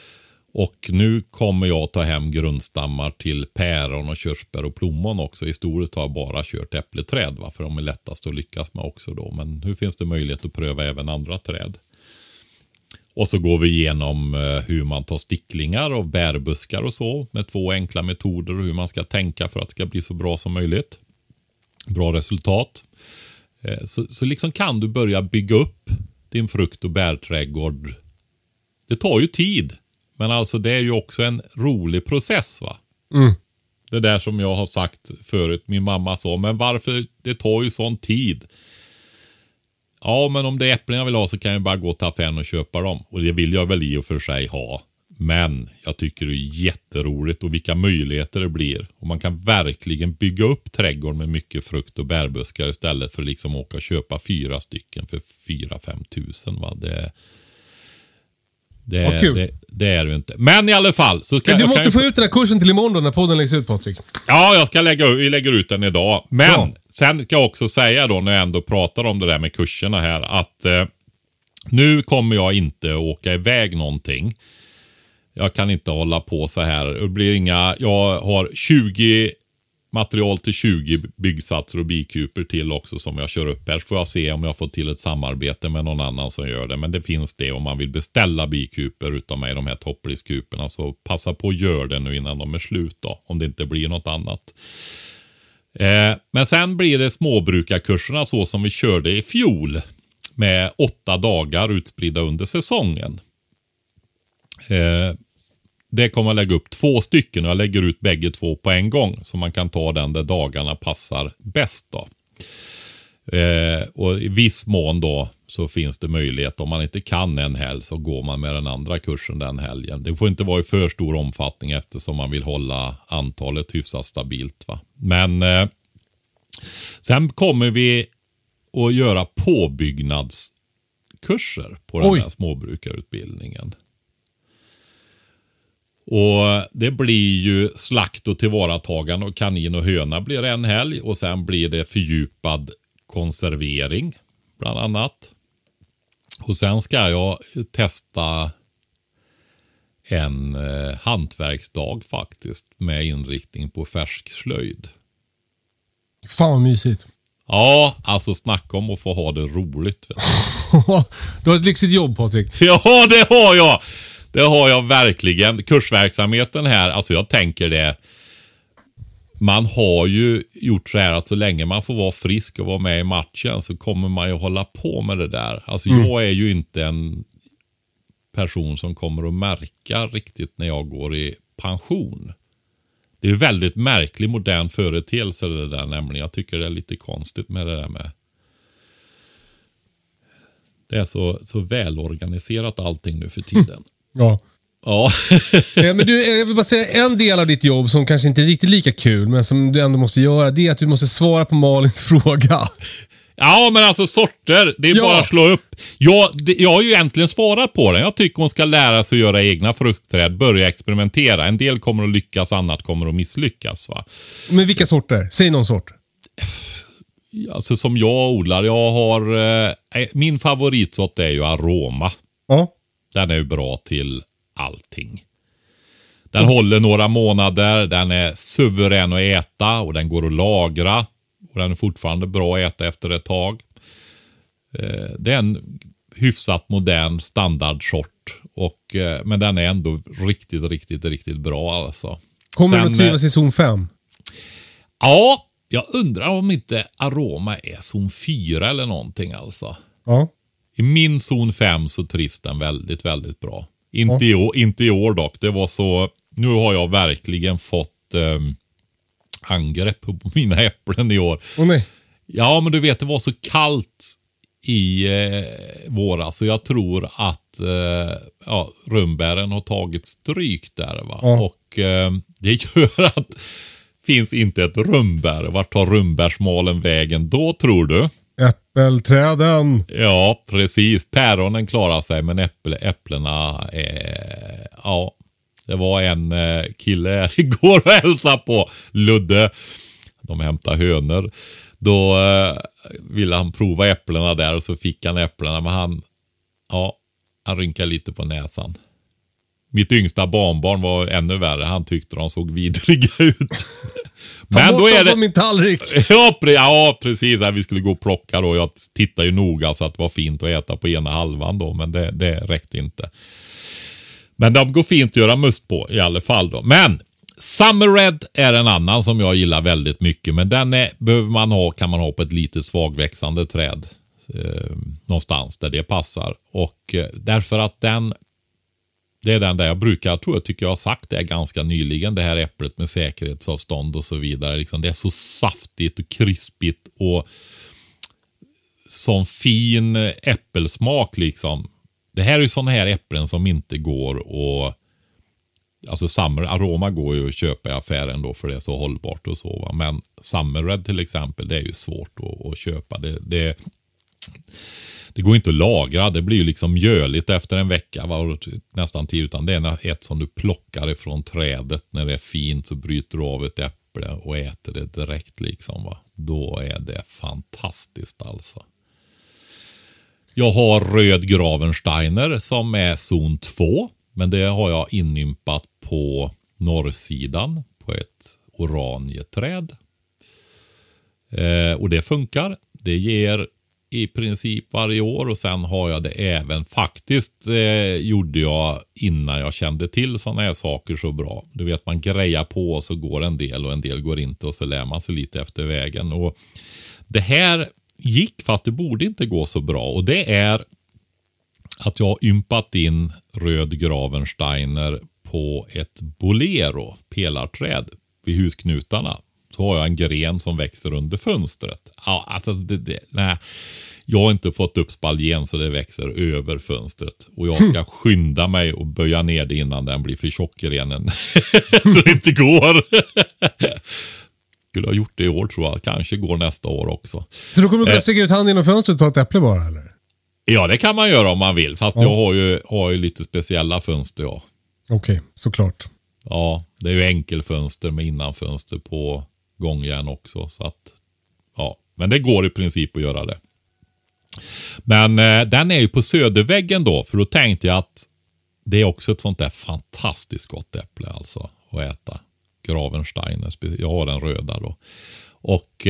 Och nu kommer jag ta hem grundstammar till päron och körsbär och plommon också. Historiskt har jag bara kört äppleträd, va? För de är lättast att lyckas med också då. Men nu finns det möjlighet att pröva även andra träd. Och så går vi igenom hur man tar sticklingar av bärbuskar och så. Med 2 enkla metoder och hur man ska tänka för att det ska bli så bra som möjligt. Bra resultat. Så liksom kan du börja bygga upp din frukt- och bärträdgård. Det tar ju tid. Men alltså det är ju också en rolig process, va? Det där som jag har sagt förut. Min mamma sa, men varför? Det tar ju sån tid. Ja, men om det är äpplen jag vill ha så kan jag bara gå till affären och köpa dem. Och det vill jag väl i och för sig ha. Men jag tycker det är jätteroligt och vilka möjligheter det blir. Och man kan verkligen bygga upp trädgården med mycket frukt och bärbuskar istället för liksom åka och köpa 4 stycken för 4-5 tusen, va? Det är det ju inte. Men i alla fall. Så du måste få ut den här kursen till imorgon då, när podden läggs ut, Patrik. Ja, vi lägger ut den idag. Men sen ska jag också säga då, när jag ändå pratar om det där med kurserna här, att nu kommer jag inte åka iväg någonting. Jag kan inte hålla på så här. Det blir jag har 20 material till 20 byggsatser och bikuper till också som jag kör upp här. Så får jag se om jag får till ett samarbete med någon annan som gör det. Men det finns det om man vill beställa bikuper utav mig, de här toppriskuperna. Så passa på att göra det nu innan de är slut då. Om det inte blir något annat. Men sen blir det småbrukarkurserna så som vi körde i fjol. Med 8 dagar utspridda under säsongen. Det kommer att lägga upp 2 stycken och jag lägger ut bägge 2 på en gång. Så man kan ta den där dagarna passar bäst då. Och i viss mån då så finns det möjlighet, om man inte kan en helg så går man med den andra kursen den helgen. Det får inte vara i för stor omfattning eftersom man vill hålla antalet hyfsat stabilt, va. Men sen kommer vi att göra påbyggnadskurser på den här småbrukarutbildningen. Och det blir ju slakt och tillvaratagande och kanin och höna blir en helg. Och sen blir det fördjupad konservering bland annat. Och sen ska jag testa en hantverksdag faktiskt. Med inriktning på färsk slöjd. Fan vad mysigt. Ja, alltså snacka om att få ha det roligt. Du har ett lyxigt jobb, Patrik. Ja, det har jag. Det har jag verkligen. Kursverksamheten här, alltså jag tänker det. Man har ju gjort så här att så länge man får vara frisk och vara med i matchen så kommer man ju hålla på med det där. Alltså jag är ju inte en person som kommer att märka riktigt när jag går i pension. Det är ju väldigt märklig modern företeelse det där nämligen. Jag tycker det är lite konstigt med det där med. Det är så välorganiserat allting nu för tiden. Ja. Ja. Men du, jag vill bara säga en del av ditt jobb som kanske inte är riktigt lika kul, men som du ändå måste göra, det är att du måste svara på Malins fråga. Ja, men alltså sorter, det är bara att slå upp. Jag har ju egentligen svarat på den. Jag tycker hon ska lära sig att göra egna fruktträd, börja experimentera. En del kommer att lyckas, annat kommer att misslyckas, va. Men vilka sorter? Säg någon sort. Alltså som jag odlar, jag har min favoritsort är ju Aroma. Ja. Den är ju bra till allting. Den håller några månader, den är suverän att äta och den går att lagra. Och den är fortfarande bra att äta efter ett tag. Det är en hyfsat modern standardsort. Men den är ändå riktigt bra alltså. Kommer den att trivas i zon 5? Ja, jag undrar om inte Aroma är zon 4 eller någonting alltså. Ja. I min zon 5 så trivs den väldigt bra. Inte i år dock. Det var så. Nu har jag verkligen fått angrepp på mina äpplen i år. Nej. Ja, men du vet, det var så kallt i våras. Så jag tror att rönnbären har tagit stryk där, va? Ja. Och det gör att finns inte ett rönnbär. Vart tar rönnbärsmalen vägen då, tror du? Äppelträden. Ja, precis. Päronen klarar sig, men äpplena ja. Det var en kille här igår och hälsade på Ludde. De hämtar hönor. Då ville han prova äpplena där och så fick han äpplena. Men han rynkade lite på näsan. Mitt yngsta barnbarn var ännu värre. Han tyckte de såg vidriga ut. Men då är det min tallrik. Ja, precis. Vi skulle gå och plocka då. Jag tittade ju noga så att det var fint att äta på ena halvan då. Men det räckte inte. Men de går fint att göra must på i alla fall då. Men Summer Red är en annan som jag gillar väldigt mycket. Men den kan man ha på ett lite svagväxande träd. Någonstans där det passar. Och därför att det är den där jag tycker jag har sagt det ganska nyligen. Det här äpplet med säkerhetsavstånd och så vidare. Liksom, det är så saftigt och krispigt och sån fin äppelsmak liksom. Det här är ju såna här äpplen som inte går och alltså Summer Aroma går ju att köpa i affären då för det är så hållbart och så va. Men Summer Red till exempel, det är ju svårt att köpa. Det går inte att lagra. Det blir ju liksom mjöligt efter en vecka. Nästan till. Utan det är ett som du plockar ifrån trädet. När det är fint så bryter du av ett äpple och äter det direkt liksom va. Då är det fantastiskt alltså. Jag har röd Gravensteiner som är zon 2. Men det har jag inympat på norrsidan på ett oranjeträd. Och det funkar. Det ger i princip varje år och sen har jag det även faktiskt gjorde jag innan jag kände till sådana här saker så bra. Du vet man grejar på och så går en del och en del går inte och så lär man sig lite efter vägen. Och det här gick fast det borde inte gå så bra och det är att jag har ympat in röd Gravensteiner på ett bolero pelarträd vid husknutarna. Så har jag en gren som växer under fönstret. Ja, alltså nej. Jag har inte fått upp spaljen så det växer över fönstret. Och jag ska skynda mig och böja ner det innan den blir för tjock grenen. Så det inte går. Skulle ha gjort det i år tror jag. Kanske går nästa år också. Så då kommer du kunna sticka ut handen genom fönstret och ta ett äpple bara eller? Ja, det kan man göra om man vill. Fast jag har ju lite speciella fönster ja. Okej, såklart. Ja, det är ju enkelfönster med innanfönster på gångjärn också. Så att, ja. Men det går i princip att göra det. Men den är ju på söderväggen då. För då tänkte jag att det är också ett sånt där fantastiskt gott äpple alltså att äta. Gravensteiner. Jag har den röda då. Och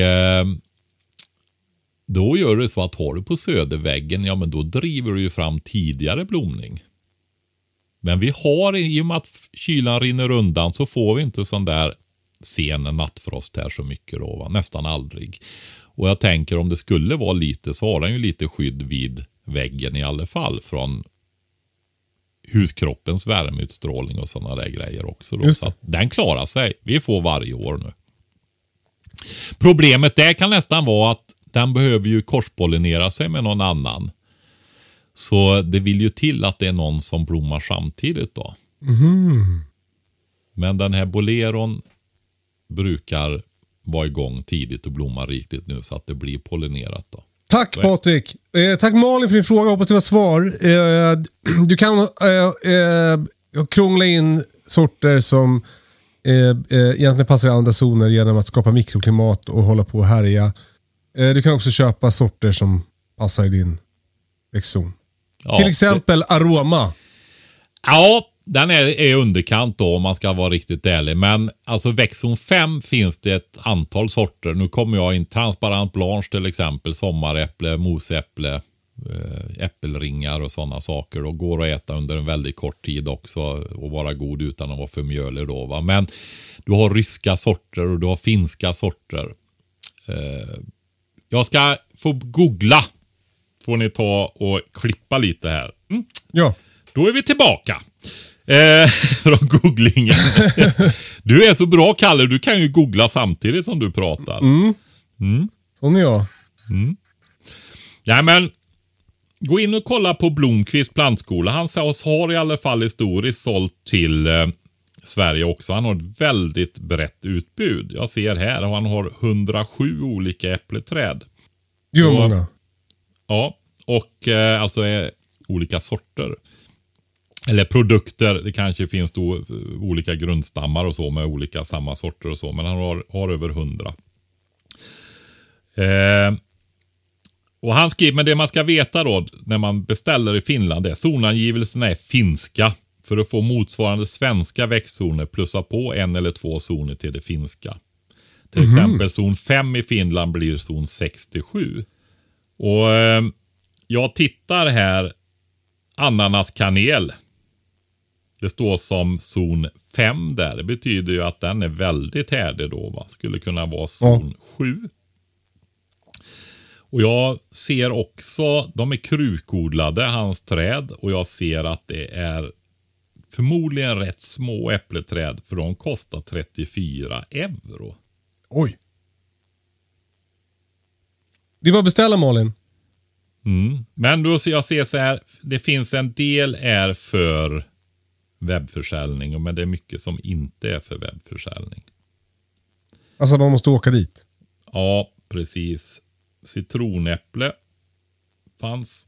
då gör det så att har du på söderväggen, ja men då driver du ju fram tidigare blomning. Men vi har, i och med att kylan rinner undan så får vi inte sån där sen nattfrost här så mycket då, va? Nästan aldrig. Och jag tänker om det skulle vara lite så har den ju lite skydd vid väggen i alla fall från huskroppens värmeutstrålning och sådana där grejer också då. Så att den klarar sig. Vi får varje år nu. Problemet där kan nästan vara att den behöver ju korspollinera sig med någon annan. Så det vill ju till att det är någon som blommar samtidigt då. Mm. Men den här boleron brukar vara igång tidigt och blomma riktigt nu så att det blir pollinerat då. Tack Patrik. Tack Malin för din fråga. Hoppas det var svar. Du kan krångla in sorter som egentligen passar i andra zoner genom att skapa mikroklimat och hålla på och härja. Du kan också köpa sorter som passar i din växtzon. Ja, till exempel Aroma. Ja, den är underkant då om man ska vara riktigt ärlig. Men alltså växtzon 5 finns det ett antal sorter. Nu kommer jag in transparent blanche till exempel. Sommaräpple, mosäpple, äppelringar och sådana saker. Och går att äta under en väldigt kort tid också. Och vara god utan att vara för mjölig då va. Men du har ryska sorter och du har finska sorter. Jag ska få googla. Får ni ta och klippa lite här. Mm. Ja. Då är vi tillbaka. Från googlingen. Du är så bra Kalle. Du kan ju googla samtidigt som du pratar. Mm. Sån är jag. Mm. Ja men. Gå in och kolla på Blomqvist plantskola. Han har i alla fall historiskt sålt till Sverige också. Han har ett väldigt brett utbud. Jag ser här och han har 107 olika äppleträd. Gud många. Ja, och alltså olika sorter. Eller produkter. Det kanske finns då olika grundstammar och så med olika samma sorter och så. Men han har över 100. Och han skriver, men det man ska veta då när man beställer i Finland är zonangivelserna är finska. för att få motsvarande svenska växtzoner plussa på 1 eller 2 zoner till det finska. Till exempel zon 5 i Finland blir zon 67. Och jag tittar här, ananaskanel. Det står som zon 5 där. Det betyder ju att den är väldigt härdig då, va? Skulle kunna vara zon 7. Och jag ser också, de är krukodlade, hans träd. Och jag ser att det är förmodligen rätt små äppleträd. För de kostar 34 euro. Oj. Det är bara att beställa, Malin. Men då jag ser så här, det finns en del är för webbförsäljning, men det är mycket som inte är för webbförsäljning. Alltså man måste åka dit. Ja, precis. Citronäpple fanns.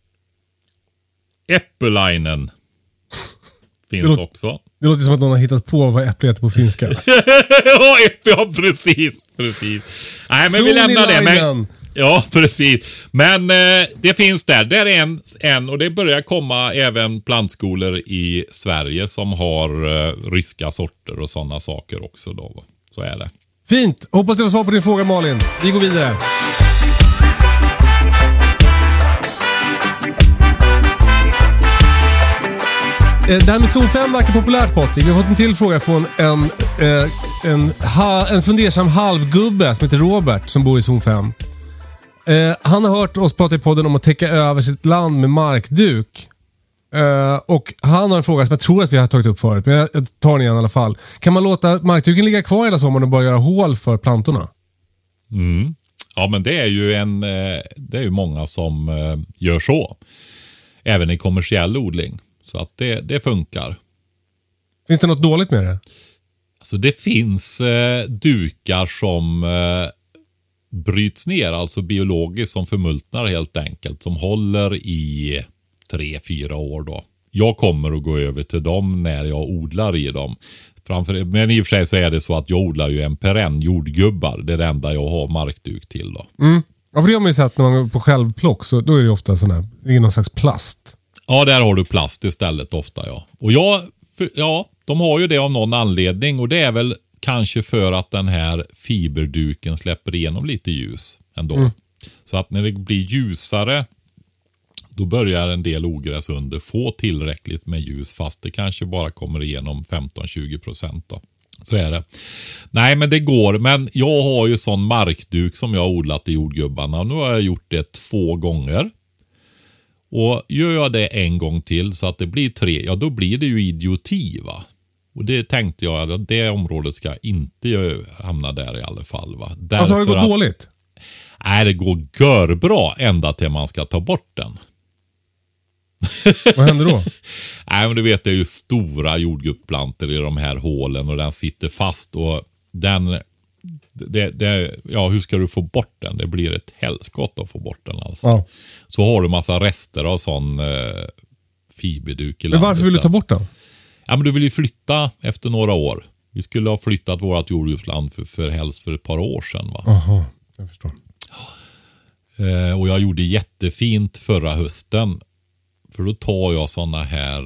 Äppelainen finns också. Det låter som att någon har hittat på vad äpple heter på finska. Ja, precis. Nej, men vi lämnar det. Men, ja, precis. Men det finns där. Där är en och det börjar komma även plantskolor i Sverige som har ryska sorter och sådana saker också då. Så är det. Fint. Hoppas det var svar på din fråga, Malin. Vi går vidare. Det här med zon 5 verkar populärt, Patrik. Vi har fått en till fråga från en fundersam halvgubbe som heter Robert som bor i zon 5. Han har hört oss prata i podden om att täcka över sitt land med markduk. Och han har en fråga som jag tror att vi har tagit upp förut, men jag tar den igen i alla fall. Kan man låta markduken ligga kvar hela sommaren och bara göra hål för plantorna? Ja, men det är ju många som gör så. Även i kommersiell odling. Så att det funkar. Finns det något dåligt med det? Alltså det finns dukar som bryts ner, alltså biologiskt, som förmultnar helt enkelt. Som håller i 3-4 år då. Jag kommer att gå över till dem när jag odlar i dem. Men i och för sig så är det så att jag odlar ju en perenn jordgubbar. Det är det enda jag har markduk till då. Ja, för det har man ju sett när man går på självplock, så då är det ofta sån här, det är någon slags plast. Ja, där har du plast istället ofta, ja. Och de har ju det av någon anledning, och det är väl kanske för att den här fiberduken släpper igenom lite ljus ändå. Så att när det blir ljusare, då börjar en del ogräs under få tillräckligt med ljus, fast det kanske bara kommer igenom 15-20% då. Så är det. Nej, men det går. Men jag har ju sån markduk som jag har odlat i jordgubbarna. Nu har jag gjort det 2 gånger. Och gör jag det en gång till så att det blir 3, ja då blir det ju idioti, va. Och det tänkte jag att det området ska inte hamna där i alla fall, va. Alltså har det gått dåligt? Nej, det går görbra ända till man ska ta bort den. Vad händer då? Nej, men du vet, det är ju stora jordgubbsplantor i de här hålen och den sitter fast och den hur ska du få bort den? Det blir ett helskott att få bort den alltså. Ja. Så har du massa rester av sån fiberduk i landet. Men varför vill du ta bort den? Ja, men du vill ju flytta efter några år. Vi skulle ha flyttat vårt jordgubbsland för helst för ett par år sedan, va? Jaha, jag förstår. Och jag gjorde jättefint förra hösten. För då tar jag såna här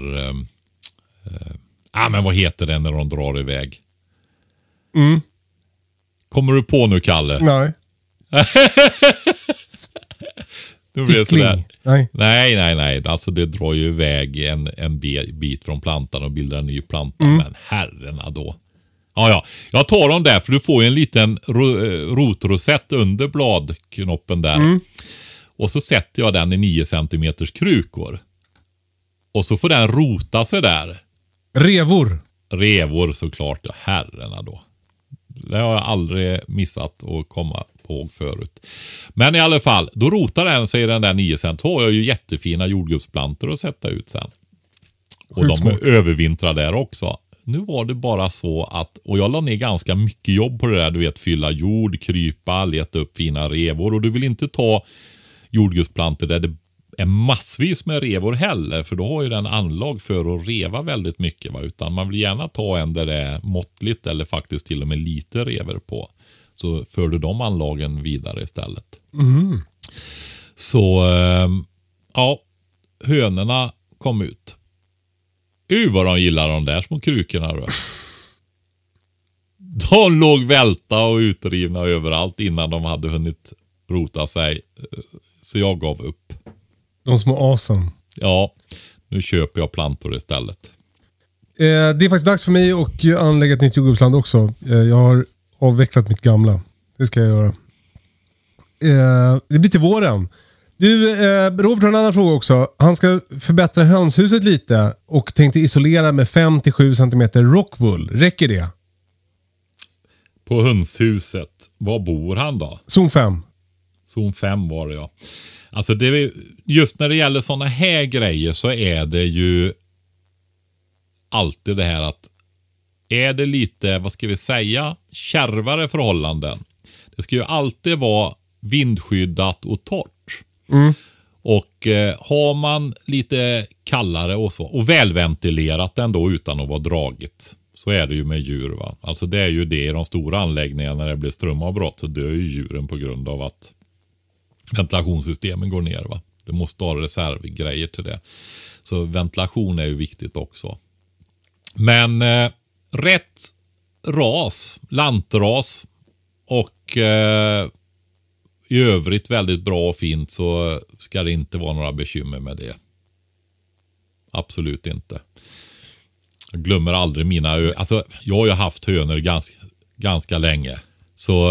men vad heter det när de drar iväg? Kommer du på nu, Kalle? Nej. Nu blir det sådär. Nej. Alltså det drar ju iväg en bit från plantan och bildar en ny planta. Men herrarna då. Ja, jag tar dem där för du får ju en liten rotrosett under bladknoppen där. Och så sätter jag den i 9 cm krukor. Och så får den rota sig där. Revor såklart, ja, herrarna då. Det har jag aldrig missat att komma på förut. Men i alla fall, då rotar den sig i den där 9 cm. Så har jag ju jättefina jordgubbsplantor att sätta ut sen. Och de är övervintrade där också. Nu var det bara så att, och jag la ner ganska mycket jobb på det där, du vet, fylla jord, krypa, leta upp fina revor. Och du vill inte ta jordgubbsplantor där det är massvis med revor heller, för då har ju den anlag för att reva väldigt mycket, va? Utan man vill gärna ta en där det är måttligt eller faktiskt till och med lite revor på. Så för du de anlagen vidare istället. Så hönorna kom ut. Vad de gillar de där små krukorna då. De låg välta och utrivna överallt innan de hade hunnit rota sig. Så jag gav upp. De små asen. Ja, nu köper jag plantor istället. Det är faktiskt dags för mig att anlägga ett nytt jordgubbsland också. Jag har avvecklat mitt gamla. Det ska jag göra. Det blir till våren. Du, Robert har en annan fråga också. Han ska förbättra hönshuset lite och tänkte isolera med 5-7 cm rockwool. Räcker det? På hönshuset, var bor han då? Zon 5. Zon 5 var det, ja. Alltså det, just när det gäller sådana här grejer så är det ju alltid det här att är det lite, vad ska vi säga, kärvare förhållanden. Det ska ju alltid vara vindskyddat och torrt. Och har man lite kallare och så och välventilerat ändå utan att vara dragigt, så är det ju med djur, va. Alltså det är ju det i de stora anläggningarna, när det blir strömavbrott så dör ju djuren på grund av att ventilationssystemen går ner, va. Du måste ha reservgrejer till det. Så ventilation är ju viktigt också. Men rätt ras, lantras och i övrigt väldigt bra och fint, så ska det inte vara några bekymmer med det. Absolut inte. Jag glömmer aldrig mina alltså jag har ju haft hönor ganska länge. Så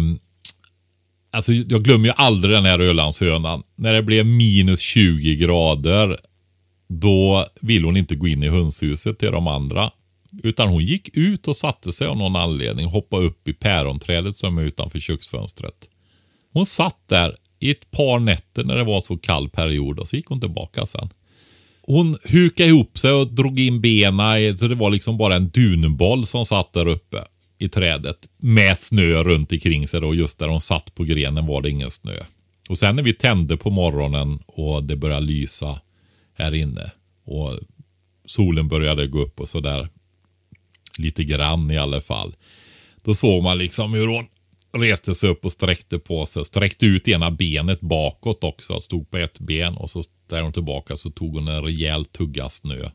alltså jag glömmer ju aldrig den här Ölandshönan. När det blev minus 20 grader, då ville hon inte gå in i hönshuset till de andra. Utan hon gick ut och satte sig av någon anledning, hoppade upp i päronträdet som är utanför köksfönstret. Hon satt där i ett par nätter när det var så kall period, och så gick hon tillbaka sen. Hon hukade ihop sig och drog in benen, så det var liksom bara en dunboll som satt där uppe i trädet med snö runt omkring sig, och just där hon satt på grenen var det ingen snö. Och sen när vi tände på morgonen och det började lysa här inne och solen började gå upp och så där lite grann i alla fall, då såg man liksom hur hon reste sig upp och sträckte på sig. Sträckte ut ena benet bakåt också. Stod på ett ben och så där hon tillbaka så tog hon en rejäl tugga snö.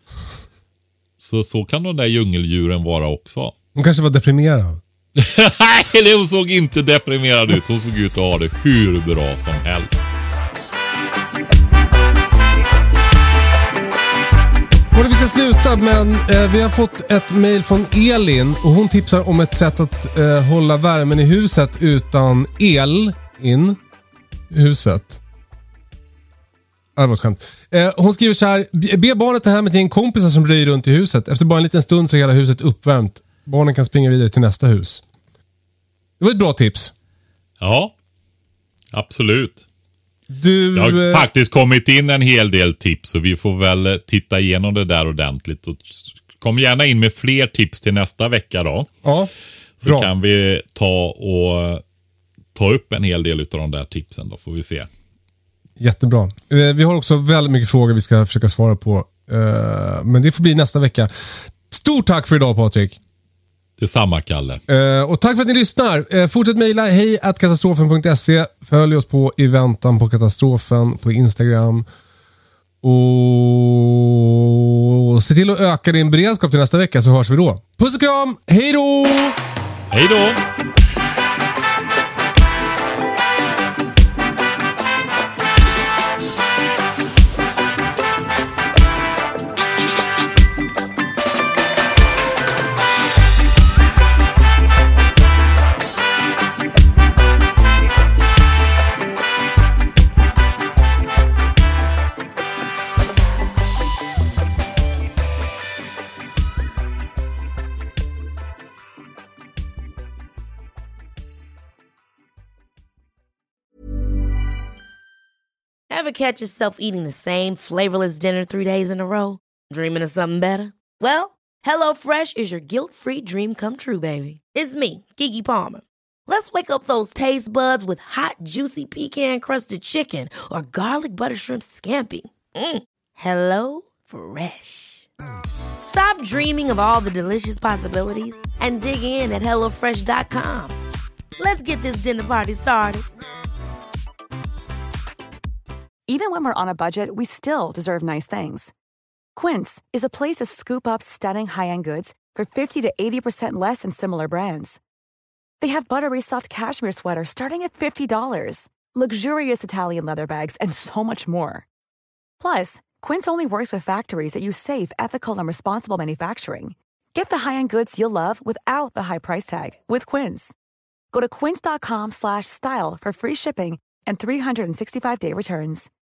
Så kan de där djungeldjuren vara också. Hon kanske var deprimerad. Nej, hon såg inte deprimerad ut. Hon såg ut att ha det hur bra som helst. Vi ska sluta, men vi har fått ett mejl från Elin och hon tipsar om ett sätt att hålla värmen i huset utan el in i huset. Det var skönt. Hon skriver så här: be barnet ta hem till en kompis som röjer runt i huset. Efter bara en liten stund så är hela huset uppvärmt. Barnen kan springa vidare till nästa hus. Det var ett bra tips. Ja, absolut. Det har faktiskt kommit in en hel del tips, och vi får väl titta igenom det där ordentligt. Och kom gärna in med fler tips till nästa vecka då. Ja, så bra. Kan vi ta upp en hel del av de där tipsen då, får vi se. Jättebra. Vi har också väldigt mycket frågor vi ska försöka svara på. Men det får bli nästa vecka. Stort tack för idag, Patrik. Detsamma, Kalle. Och tack för att ni lyssnar. Fortsätt mejla hej@katastrofen.se. Följ oss på I väntan på katastrofen på Instagram. Och se till att öka din beredskap till nästa vecka, så hörs vi då. Puss och kram. Hej då! Hej då! Ever catch yourself eating the same flavorless dinner 3 days in a row? Dreaming of something better? Well, HelloFresh is your guilt-free dream come true, baby. It's me, Keke Palmer. Let's wake up those taste buds with hot, juicy pecan-crusted chicken or garlic butter shrimp scampi. Hello Fresh. Stop dreaming of all the delicious possibilities and dig in at HelloFresh.com. Let's get this dinner party started. Even when we're on a budget, we still deserve nice things. Quince is a place to scoop up stunning high-end goods for 50 to 80% less than similar brands. They have buttery soft cashmere sweaters starting at $50, luxurious Italian leather bags, and so much more. Plus, Quince only works with factories that use safe, ethical, and responsible manufacturing. Get the high-end goods you'll love without the high price tag with Quince. Go to quince.com/style for free shipping and 365-day returns.